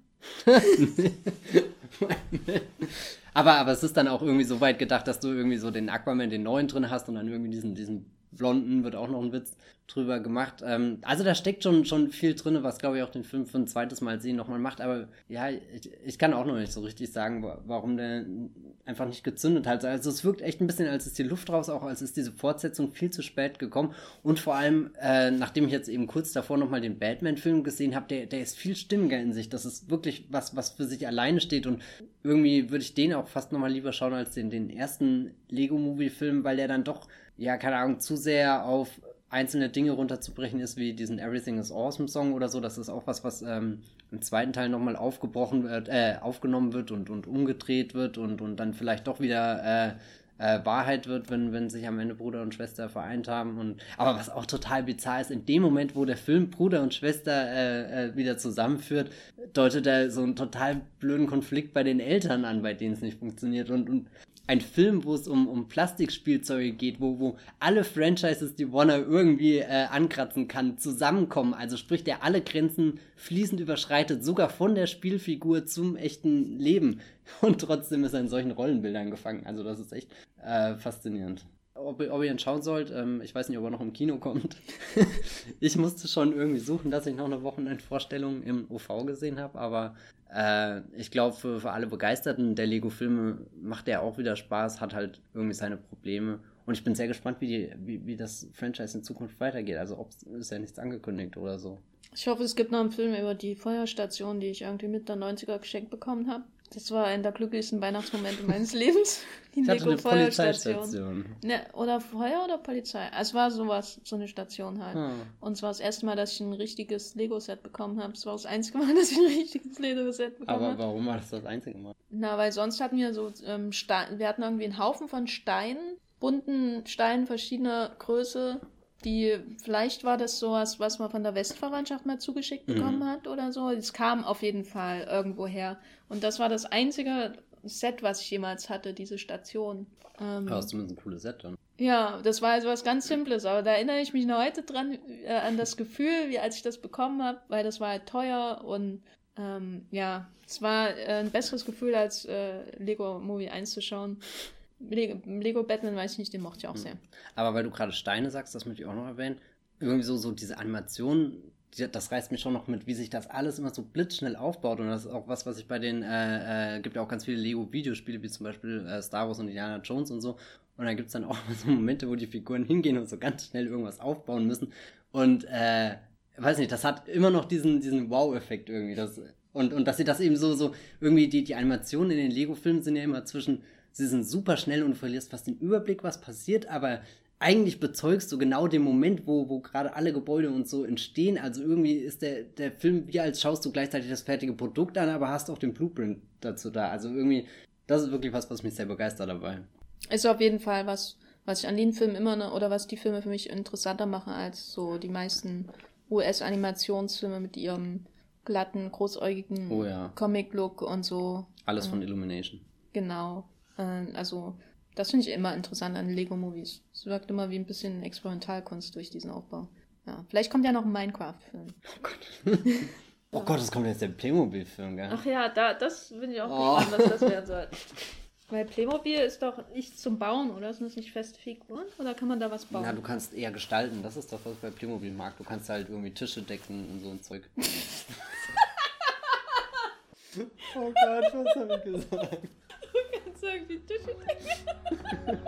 aber, aber es ist dann auch irgendwie so weit gedacht, dass du irgendwie so den Aquaman, den neuen drin hast, und dann irgendwie diesen, diesen Blonden wird auch noch ein Witz drüber gemacht. Ähm, also da steckt schon, schon viel drin, was, glaube ich, auch den Film für ein zweites Mal sehen nochmal macht. Aber ja, ich, ich kann auch noch nicht so richtig sagen, warum der einfach nicht gezündet hat. Also es wirkt echt ein bisschen, als ist die Luft raus, auch als ist diese Fortsetzung viel zu spät gekommen. Und vor allem, äh, nachdem ich jetzt eben kurz davor nochmal den Batman-Film gesehen habe, der, der ist viel stimmiger in sich. Das ist wirklich was, was für sich alleine steht. Und irgendwie würde ich den auch fast nochmal lieber schauen als den, den ersten Lego-Movie-Film, weil der dann doch, ja, keine Ahnung, zu sehr auf einzelne Dinge runterzubrechen ist, wie diesen Everything is Awesome Song oder so. Das ist auch was, was ähm, im zweiten Teil nochmal aufgebrochen wird, äh, aufgenommen wird und, und umgedreht wird und, und dann vielleicht doch wieder äh, äh, Wahrheit wird, wenn, wenn sich am Ende Bruder und Schwester vereint haben. Und, aber was auch total bizarr ist, in dem Moment, wo der Film Bruder und Schwester äh, äh, wieder zusammenführt, deutet er so einen total blöden Konflikt bei den Eltern an, bei denen es nicht funktioniert. Und, und ein Film, wo es um, um Plastikspielzeuge geht, wo, wo alle Franchises, die Warner irgendwie äh, ankratzen kann, zusammenkommen. Also sprich, der alle Grenzen fließend überschreitet, sogar von der Spielfigur zum echten Leben. Und trotzdem ist er in solchen Rollenbildern gefangen. Also das ist echt äh, faszinierend. ob, ob ihr ihn schauen sollt. Ähm, ich weiß nicht, ob er noch im Kino kommt. Ich musste schon irgendwie suchen, dass ich noch eine Wochenendvorstellung im O V gesehen habe, aber äh, ich glaube, für, für alle Begeisterten der Lego-Filme macht der auch wieder Spaß, hat halt irgendwie seine Probleme. Und ich bin sehr gespannt, wie, die, wie, wie das Franchise in Zukunft weitergeht. Also ob ist ja nichts angekündigt oder so. Ich hoffe, es gibt noch einen Film über die Feuerstation, die ich irgendwie mit der neunziger geschenkt bekommen habe. Das war einer der glücklichsten Weihnachtsmomente meines Lebens. Die Ich hatte eine Lego-Feuerstation. Polizeistation. Ne, oder Feuer oder Polizei. Es war sowas, so eine Station halt. Ah. Und es war das erste Mal, dass ich ein richtiges Lego-Set bekommen habe. Es war das einzige Mal, dass ich ein richtiges Lego-Set bekommen habe. Aber warum war das das einzige Mal? Na, weil sonst hatten wir so ähm, Stein, wir hatten irgendwie einen Haufen von Steinen, bunten Steinen verschiedener Größe, die, vielleicht war das sowas, was man von der Westverwandtschaft mal zugeschickt bekommen Mhm. hat oder so. Es kam auf jeden Fall irgendwo her. Und das war das einzige Set, was ich jemals hatte, diese Station. Ähm, Aber hast zumindest ein cooles Set dann. ja, das war also was ganz Simples, aber da erinnere ich mich noch heute dran, äh, an das Gefühl, wie als ich das bekommen habe, weil das war halt teuer und ähm, ja, es war äh, ein besseres Gefühl, als äh, Lego Movie eins zu schauen. Lego, Lego Batman, weiß ich nicht, den mochte ich auch sehr. Aber weil du gerade Steine sagst, das möchte ich auch noch erwähnen, irgendwie so, so diese Animation, die, das reißt mich schon noch mit, wie sich das alles immer so blitzschnell aufbaut. Und das ist auch was, was ich bei den, äh, äh, gibt ja auch ganz viele Lego-Videospiele, wie zum Beispiel äh, Star Wars und Indiana Jones und so. Und dann gibt es dann auch mal so Momente, wo die Figuren hingehen und so ganz schnell irgendwas aufbauen müssen. Und, äh, weiß nicht, das hat immer noch diesen, diesen Wow-Effekt irgendwie. Das, und, und dass sie das eben so, so, irgendwie, die, die Animationen in den Lego-Filmen sind ja immer zwischen, sie sind super schnell und du verlierst fast den Überblick, was passiert, aber eigentlich bezeugst du genau den Moment, wo, wo gerade alle Gebäude und so entstehen. Also irgendwie ist der, der Film, wie als schaust du gleichzeitig das fertige Produkt an, aber hast auch den Blueprint dazu da. Also irgendwie, das ist wirklich was, was mich sehr begeistert dabei. Ist auf jeden Fall was, was ich an den Filmen immer, ne, oder was die Filme für mich interessanter machen als so die meisten U S-Animationsfilme mit ihrem glatten, großäugigen Oh ja. Comic-Look und so. Alles von Illumination. Genau. Äh, also, das finde ich immer interessant an Lego-Movies. Es wirkt immer wie ein bisschen Experimentalkunst durch diesen Aufbau. Ja, vielleicht kommt ja noch ein Minecraft-Film. Oh Gott. Oh Gott, es kommt jetzt der Playmobil-Film, gell? Ach ja, da, das bin ich auch Oh. gespannt, was das werden soll. Weil Playmobil ist doch nichts zum Bauen, oder? Sind das nicht feste Figuren? Oder kann man da was bauen? Na, du kannst eher gestalten. Das ist das, was ich bei Playmobil mag. Du kannst halt irgendwie Tische decken und so ein Zeug. Oh Gott, was hab ich gesagt? Du kannst irgendwie Tische decken.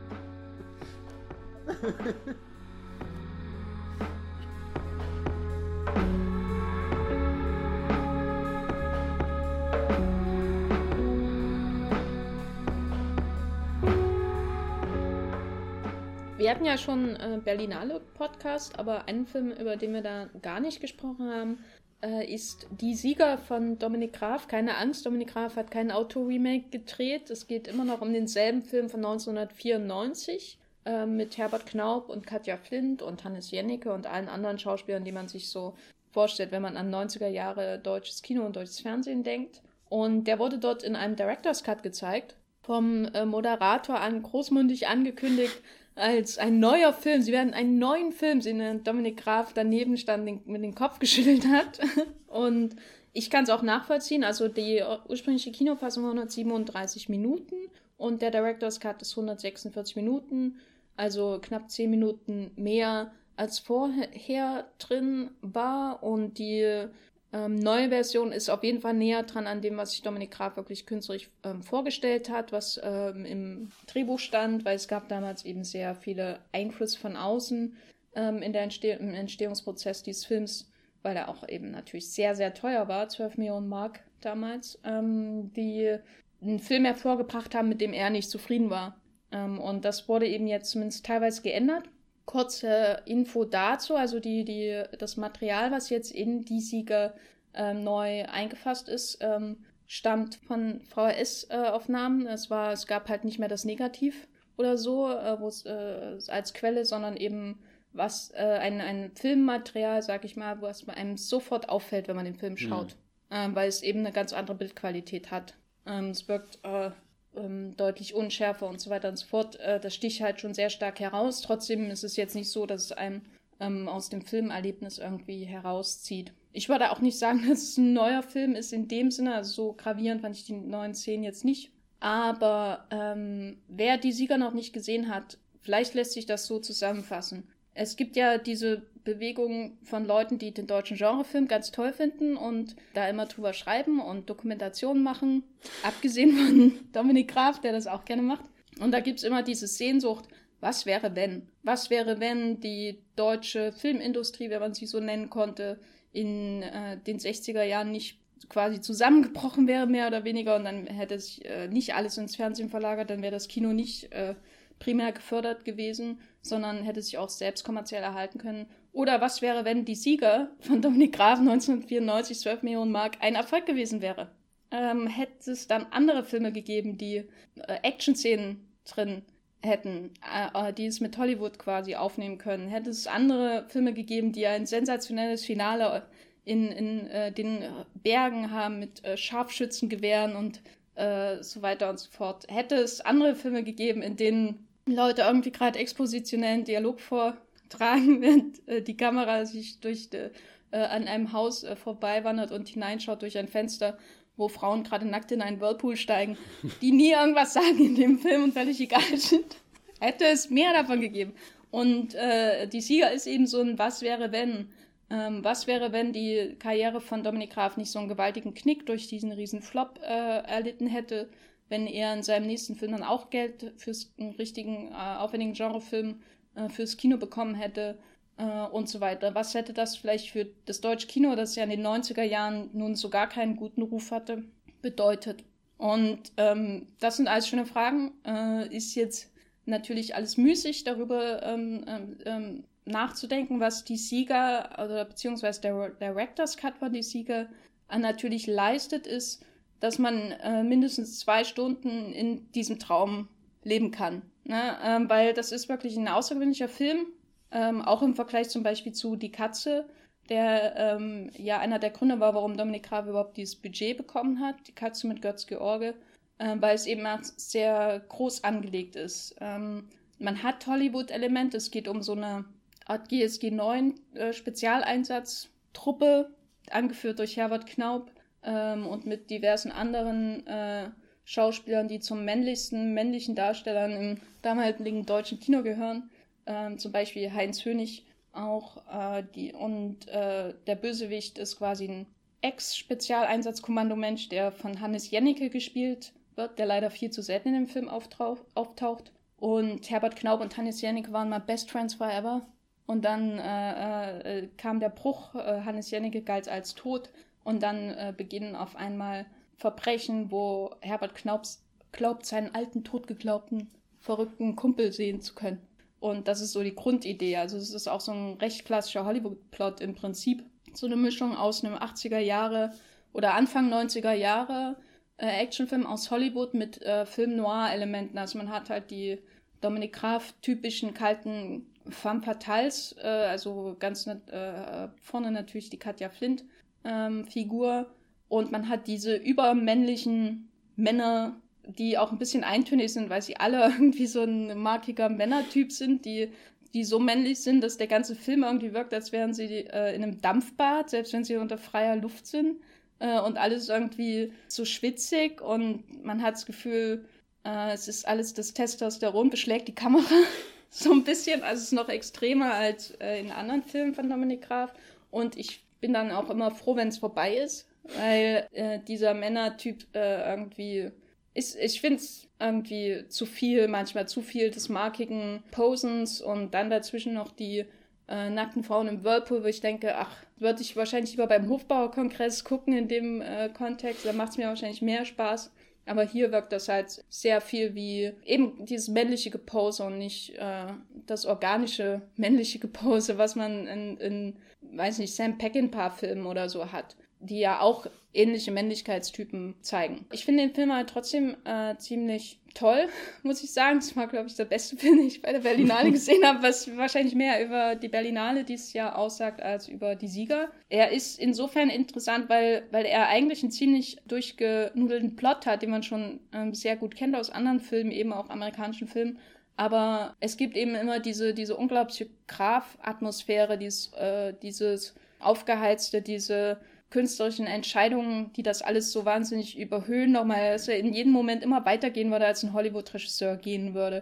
Wir hatten ja schon äh, Berlinale Podcast, aber einen Film, über den wir da gar nicht gesprochen haben, äh, ist Die Sieger von Dominik Graf. Keine Angst, Dominik Graf hat kein Auto-Remake gedreht. Es geht immer noch um denselben Film von neunzehnhundertvierundneunzig äh, mit Herbert Knaub und Katja Flint und Hannes Jennecke und allen anderen Schauspielern, die man sich so vorstellt, wenn man an neunziger Jahre deutsches Kino und deutsches Fernsehen denkt. Und der wurde dort in einem Director's Cut gezeigt, vom äh, Moderator an großmundig angekündigt, als ein neuer Film. Sie werden einen neuen Film sehen, der Dominik Graf daneben stand, den, mit dem Kopf geschüttelt hat. Und ich kann es auch nachvollziehen. Also die ursprüngliche Kinofassung war hundertsiebenunddreißig Minuten und der Director's Cut ist hundertsechsundvierzig Minuten. Also knapp zehn Minuten mehr als vorher drin war. Und die ähm, neue Version ist auf jeden Fall näher dran an dem, was sich Dominik Graf wirklich künstlerisch ähm, vorgestellt hat, was ähm, im Drehbuch stand, weil es gab damals eben sehr viele Einflüsse von außen ähm, in der Entsteh- im Entstehungsprozess dieses Films, weil er auch eben natürlich sehr, sehr teuer war, zwölf Millionen Mark damals, ähm, die einen Film hervorgebracht haben, mit dem er nicht zufrieden war. Ähm, und das wurde eben jetzt zumindest teilweise geändert. Kurze Info dazu, also die, die, das Material, was jetzt in Die Sieger äh, neu eingefasst ist, ähm, stammt von V H S-Aufnahmen. Äh, es war, es gab halt nicht mehr das Negativ oder so, äh, wo es äh, als Quelle, sondern eben was äh, ein, ein Filmmaterial, sag ich mal, was einem sofort auffällt, wenn man den Film schaut, mhm. äh, weil es eben eine ganz andere Bildqualität hat. Ähm, es wirkt äh, Ähm, deutlich unschärfer und so weiter und so fort. Äh, das sticht halt schon sehr stark heraus. Trotzdem ist es jetzt nicht so, dass es einem ähm, aus dem Filmerlebnis irgendwie herauszieht. Ich würde auch nicht sagen, dass es ein neuer Film ist in dem Sinne. Also so gravierend fand ich die neuen Szenen jetzt nicht. Aber ähm, wer Die Sieger noch nicht gesehen hat, Vielleicht lässt sich das so zusammenfassen. Es gibt ja diese Bewegung von Leuten, die den deutschen Genrefilm ganz toll finden und da immer drüber schreiben und Dokumentationen machen, abgesehen von Dominik Graf, der das auch gerne macht. Und da gibt es immer diese Sehnsucht, was wäre wenn? Was wäre, wenn die deutsche Filmindustrie, wenn man sie so nennen konnte, in äh, den sechziger Jahren nicht quasi zusammengebrochen wäre, mehr oder weniger, und dann hätte sich äh, nicht alles ins Fernsehen verlagert, dann wäre das Kino nicht äh, primär gefördert gewesen, sondern hätte sich auch selbst kommerziell erhalten können. Oder was wäre, wenn Die Sieger von Dominik Graf neunzehnhundertvierundneunzig, zwölf Millionen Mark, ein Erfolg gewesen wäre? Ähm, hätte es dann andere Filme gegeben, die äh, Action-Szenen drin hätten, äh, die es mit Hollywood quasi aufnehmen können? Hätte es andere Filme gegeben, die ein sensationelles Finale in, in äh, den Bergen haben mit äh, Scharfschützengewehren und äh, so weiter und so fort? Hätte es andere Filme gegeben, in denen Leute irgendwie gerade expositionellen Dialog vortragen, während äh, die Kamera sich durch de, äh, an einem Haus äh, vorbeiwandert und hineinschaut durch ein Fenster, wo Frauen gerade nackt in einen Whirlpool steigen, die nie irgendwas sagen in dem Film und völlig egal sind? Hätte es mehr davon gegeben. Und äh, Die Sieger ist eben so ein Was wäre wenn. Ähm, was wäre, wenn die Karriere von Dominik Graf nicht so einen gewaltigen Knick durch diesen riesen Flop äh, erlitten hätte, wenn er in seinem nächsten Film dann auch Geld fürs einen richtigen, äh, aufwendigen Genrefilm äh, fürs Kino bekommen hätte äh, und so weiter. Was hätte das vielleicht für das deutsche Kino, das ja in den neunziger Jahren nun so gar keinen guten Ruf hatte, bedeutet? Und ähm, das sind alles schöne Fragen. Äh, ist jetzt natürlich alles müßig, darüber ähm, ähm, nachzudenken, was Die Sieger, oder beziehungsweise der Director's Cut von Die Sieger äh, natürlich leistet, ist, dass man äh, mindestens zwei Stunden in diesem Traum leben kann. Ne? Ähm, weil das ist wirklich ein außergewöhnlicher Film, ähm, auch im Vergleich zum Beispiel zu Die Katze, der ähm, ja einer der Gründe war, warum Dominik Graf überhaupt dieses Budget bekommen hat, Die Katze mit Götz George, äh, weil es eben auch sehr groß angelegt ist. Ähm, man hat Hollywood-Elemente, es geht um so eine Art G S G neun äh, Spezialeinsatztruppe, angeführt durch Herbert Knaub, Ähm, und mit diversen anderen äh, Schauspielern, die zum männlichsten männlichen Darstellern im damaligen deutschen Kino gehören. Ähm, zum Beispiel Heinz Hönig auch. Äh, die, und äh, der Bösewicht ist quasi ein Ex-Spezialeinsatzkommandomensch, der von Hannes Jennecke gespielt wird, der leider viel zu selten in dem Film auftrau- auftaucht. Und Herbert Knaub und Hannes Jennecke waren mal Best Friends Forever. Und dann äh, äh, kam der Bruch, äh, Hannes Jennecke galt als tot. Und dann äh, beginnen auf einmal Verbrechen, wo Herbert Knaups glaubt, seinen alten, totgeglaubten, verrückten Kumpel sehen zu können. Und das ist so die Grundidee. Also es ist auch so ein recht klassischer Hollywood-Plot im Prinzip. So eine Mischung aus einem achtziger Jahre oder Anfang neunziger Jahre äh, Actionfilm aus Hollywood mit äh, Film-Noir-Elementen. Also man hat halt die Dominik Graf-typischen kalten Femme Fatales, äh, also ganz äh, vorne natürlich die Katja Flint, Ähm, Figur, und man hat diese übermännlichen Männer, die auch ein bisschen eintönig sind, weil sie alle irgendwie so ein markiger Männertyp sind, die, die so männlich sind, dass der ganze Film irgendwie wirkt, als wären sie äh, in einem Dampfbad, selbst wenn sie unter freier Luft sind, äh, und alles irgendwie so schwitzig, und man hat das Gefühl, äh, es ist alles das Testosteron, beschlägt die Kamera so ein bisschen, also es ist noch extremer als äh, in anderen Filmen von Dominik Graf, und ich bin dann auch immer froh, wenn es vorbei ist, weil äh, dieser Männertyp äh, irgendwie ist, ich finde es irgendwie zu viel, manchmal zu viel des markigen Posens, und dann dazwischen noch die äh, nackten Frauen im Whirlpool, wo ich denke, ach, würde ich wahrscheinlich lieber beim Hofbauerkongress gucken in dem äh, Kontext, da macht es mir wahrscheinlich mehr Spaß. Aber hier wirkt das halt sehr viel wie eben dieses männliche Gepose und nicht äh, das organische männliche Gepose, was man in, in weiß nicht, Sam Peckinpah-Filmen oder so hat, die ja auch ähnliche Männlichkeitstypen zeigen. Ich finde den Film halt trotzdem äh, ziemlich toll, muss ich sagen. Das war, glaube ich, der beste Film, den ich bei der Berlinale gesehen habe, was wahrscheinlich mehr über die Berlinale dieses Jahr aussagt als über Die Sieger. Er ist insofern interessant, weil, weil er eigentlich einen ziemlich durchgenudelten Plot hat, den man schon ähm, sehr gut kennt aus anderen Filmen, eben auch amerikanischen Filmen. Aber es gibt eben immer diese, diese unglaubliche Graf-Atmosphäre, dieses, äh, dieses Aufgeheizte, diese künstlerischen Entscheidungen, die das alles so wahnsinnig überhöhen, nochmal, dass er in jedem Moment immer weitergehen würde, als ein Hollywood-Regisseur gehen würde.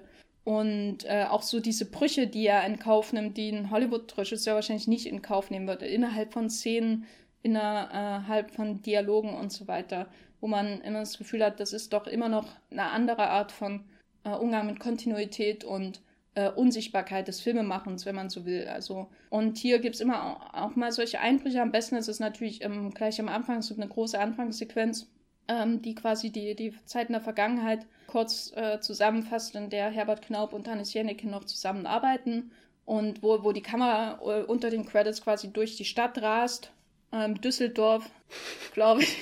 Und äh, auch so diese Brüche, die er in Kauf nimmt, die ein Hollywood-Regisseur wahrscheinlich nicht in Kauf nehmen würde, innerhalb von Szenen, innerhalb von Dialogen und so weiter, wo man immer das Gefühl hat, das ist doch immer noch eine andere Art von äh, Umgang mit Kontinuität und äh, Unsichtbarkeit des Filmemachens, wenn man so will. Also, und hier gibt es immer auch, auch mal solche Einbrüche. Am besten ist es natürlich ähm, gleich am Anfang, so eine große Anfangssequenz, ähm, die quasi die, die Zeit in der Vergangenheit kurz äh, zusammenfasst, in der Herbert Knaub und Hannes Jennecke noch zusammenarbeiten und wo, wo die Kamera äh, unter den Credits quasi durch die Stadt rast. Ähm, Düsseldorf, glaube ich.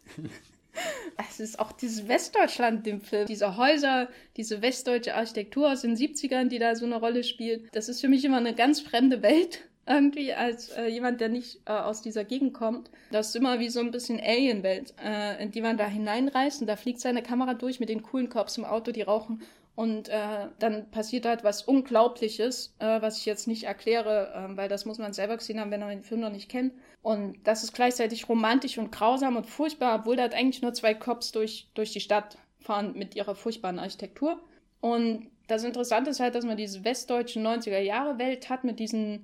Es ist auch dieses Westdeutschland im Film. Diese Häuser, diese westdeutsche Architektur aus den siebzigern, die da so eine Rolle spielt. Das ist für mich immer eine ganz fremde Welt. Irgendwie als äh, jemand, der nicht äh, aus dieser Gegend kommt. Das ist immer wie so ein bisschen Alien-Welt, äh, in die man da hineinreist und da fliegt seine Kamera durch mit den coolen Cops im Auto, die rauchen und äh, dann passiert halt was Unglaubliches, äh, was ich jetzt nicht erkläre, äh, weil das muss man selber gesehen haben, wenn man den Film noch nicht kennt. Und das ist gleichzeitig romantisch und grausam und furchtbar, obwohl da halt eigentlich nur zwei Cops durch, durch die Stadt fahren mit ihrer furchtbaren Architektur. Und das Interessante ist halt, dass man diese westdeutsche neunziger-Jahre-Welt hat mit diesen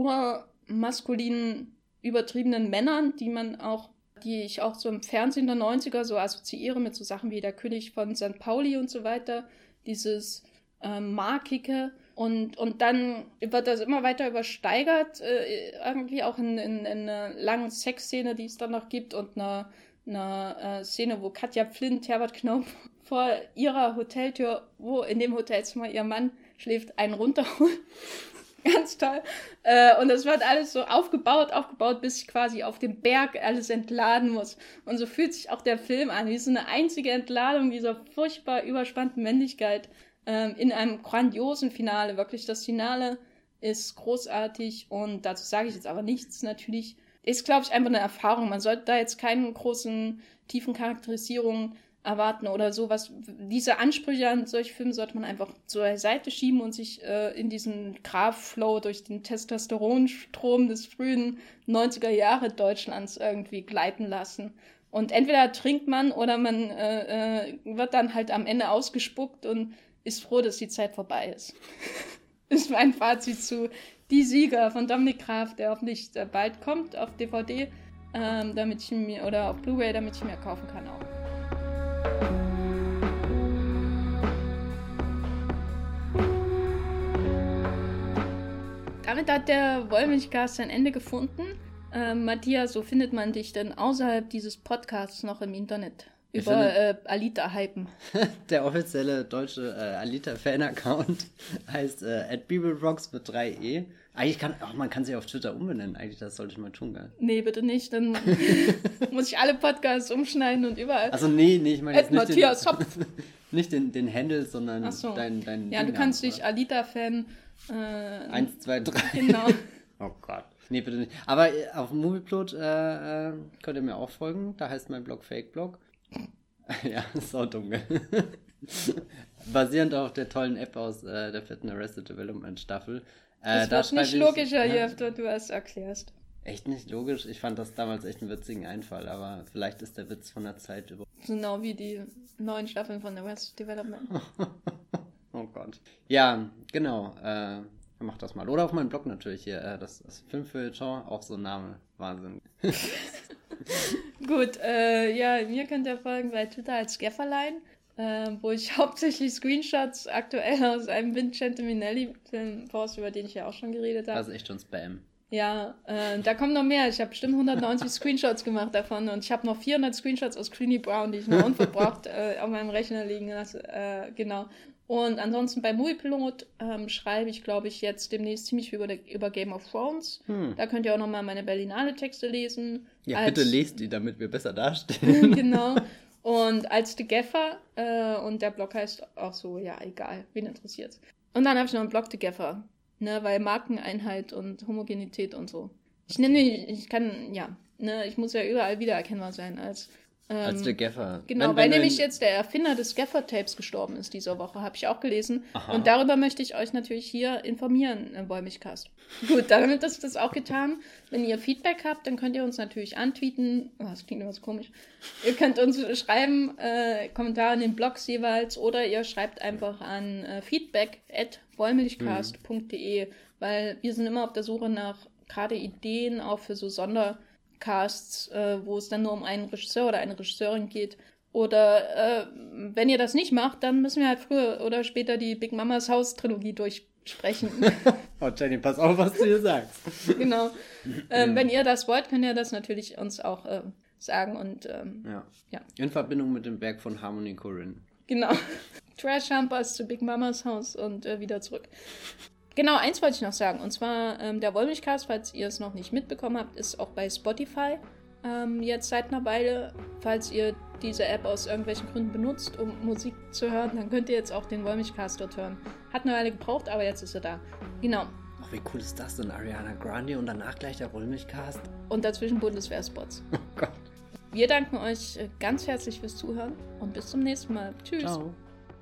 urmaskulinen, übertriebenen Männern, die man auch, die ich auch so im Fernsehen der neunziger so assoziiere mit so Sachen wie der König von Sankt Pauli und so weiter, dieses äh, Markige und, und dann wird das immer weiter übersteigert, äh, irgendwie auch in, in, in einer langen Sexszene, die es dann noch gibt und einer, einer äh, Szene, wo Katja Flint, Herbert Knaub vor ihrer Hoteltür, wo in dem Hotelzimmer ihr Mann schläft, einen runterholt. Ganz toll. Äh, und das wird alles so aufgebaut, aufgebaut, bis ich quasi auf dem Berg alles entladen muss. Und so fühlt sich auch der Film an, wie so eine einzige Entladung dieser furchtbar überspannten Männlichkeit ähm, in einem grandiosen Finale. Wirklich, das Finale ist großartig und dazu sage ich jetzt aber nichts. Natürlich ist, glaube ich, einfach eine Erfahrung. Man sollte da jetzt keine großen, tiefen Charakterisierungen erwarten oder sowas. Diese Ansprüche an solche Filme sollte man einfach zur Seite schieben und sich äh, in diesen Graph-Flow durch den Testosteronstrom des frühen neunziger Jahre Deutschlands irgendwie gleiten lassen. Und entweder trinkt man oder man äh, äh, wird dann halt am Ende ausgespuckt und ist froh, dass die Zeit vorbei ist. Ist mein Fazit zu Die Sieger von Dominik Graf, der hoffentlich bald kommt auf D V D, ähm, damit ich mir, oder auf Blu-ray, damit ich mir kaufen kann auch. Damit hat der Wollmilchcast sein Ende gefunden. Äh, Matthias, so findet man dich denn außerhalb dieses Podcasts noch im Internet? Über äh, Alita hypen. Der offizielle deutsche äh, Alita-Fan-Account heißt äh, at bibelrocks mit drei E. Eigentlich kann, ach, man kann sich auf Twitter umbenennen. Eigentlich, das sollte ich mal tun, gell? Nee, bitte nicht. Dann muss ich alle Podcasts umschneiden und überall. Also nee, nee, ich meine jetzt nicht Matthias den, nicht den, den Handle, sondern so. dein, dein Ja, Ding du kannst haben, dich Alita-Fan äh, eins, zwei, drei. Genau. Oh Gott. Nee, bitte nicht. Aber äh, auf Movieplot äh, äh, könnt ihr mir auch folgen. Da heißt mein Blog Fakeblog. Ja, ist auch dumm, gell? Basierend auf der tollen App aus äh, der vierten Arrested Development Staffel. Äh, das da wird nicht ich, logischer, ja, je öfter du es erklärst. Echt nicht logisch? Ich fand das damals echt einen witzigen Einfall, aber vielleicht ist der Witz von der Zeit über. Genau wie die neuen Staffeln von Arrested Development. Oh Gott. Ja, genau. Äh, mach das mal. Oder auf meinem Blog natürlich hier. Äh, das das Filmfeuilleton, auch so ein Name. Wahnsinn. Gut, äh, ja, mir könnt ihr folgen bei Twitter als Gefferlein, äh, wo ich hauptsächlich Screenshots aktuell aus einem Vincente Minnelli-Film poste, über den ich ja auch schon geredet habe. Das ist echt schon Spam. Ja, äh, da kommen noch mehr. Ich habe bestimmt hundertneunzig Screenshots gemacht davon und ich habe noch vierhundert Screenshots aus Creamy Brown, die ich noch unverbraucht äh, auf meinem Rechner liegen lasse. Äh, genau. Und ansonsten bei Moviepilot ähm, schreibe ich, glaube ich, jetzt demnächst ziemlich viel über, über Game of Thrones. Hm. Da könnt ihr auch nochmal meine Berlinale-Texte lesen. Ja, als, bitte lest die, damit wir besser dastehen. Genau. Und als The Gaffer, äh, und der Blog heißt auch so, ja, egal, wen interessiert's. Und dann habe ich noch einen Blog The Gaffer, ne, weil Markeneinheit und Homogenität und so. Ich nenne, ich kann, ja, ne, ich muss ja überall wiedererkennbar sein als Ähm, Als der Gaffer. Genau, wenn, weil wenn nämlich in... jetzt der Erfinder des Gaffer-Tapes gestorben ist dieser Woche, habe ich auch gelesen. Aha. Und darüber möchte ich euch natürlich hier informieren im Wollmilchcast. Gut, damit ist das auch getan. Wenn ihr Feedback habt, dann könnt ihr uns natürlich antweeten. Oh, das klingt immer so komisch. Ihr könnt uns schreiben, äh, Kommentare in den Blogs jeweils, oder ihr schreibt einfach an äh, feedback at wollmilchcast punkt de, weil wir sind immer auf der Suche nach gerade Ideen, auch für so Sonder- Casts, äh, wo es dann nur um einen Regisseur oder eine Regisseurin geht. Oder äh, wenn ihr das nicht macht, dann müssen wir halt früher oder später die Big Mamas Haus-Trilogie durchsprechen. Oh, Jenny, pass auf, was du hier sagst. Genau. Ähm, wenn ihr das wollt, könnt ihr das natürlich uns auch äh, sagen. Und ähm, ja. ja. In Verbindung mit dem Werk von Harmony Korine. Genau. Trash Humpers zu Big Mamas Haus und äh, wieder zurück. Genau, eins wollte ich noch sagen. Und zwar, ähm, der Wollmilchcast, falls ihr es noch nicht mitbekommen habt, ist auch bei Spotify ähm, jetzt seit einer Weile. Falls ihr diese App aus irgendwelchen Gründen benutzt, um Musik zu hören, dann könnt ihr jetzt auch den Wollmilchcast dort hören. Hat eine Weile gebraucht, aber jetzt ist er da. Genau. Ach, wie cool ist das denn? Ariana Grande und danach gleich der Wollmilchcast? Und dazwischen Bundeswehrspots. Oh Gott. Wir danken euch ganz herzlich fürs Zuhören und bis zum nächsten Mal. Tschüss. Ciao.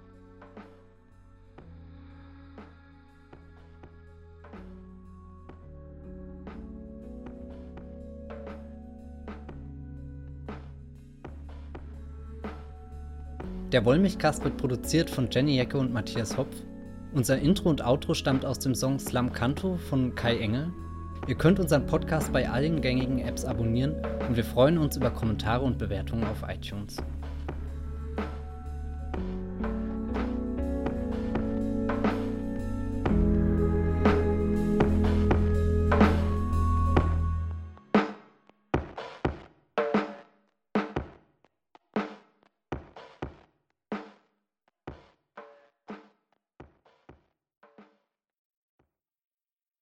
Der Wollmilchcast wird produziert von Jenny Jecke und Matthias Hopf. Unser Intro und Outro stammt aus dem Song Slam Canto von Kai Engel. Ihr könnt unseren Podcast bei allen gängigen Apps abonnieren und wir freuen uns über Kommentare und Bewertungen auf iTunes.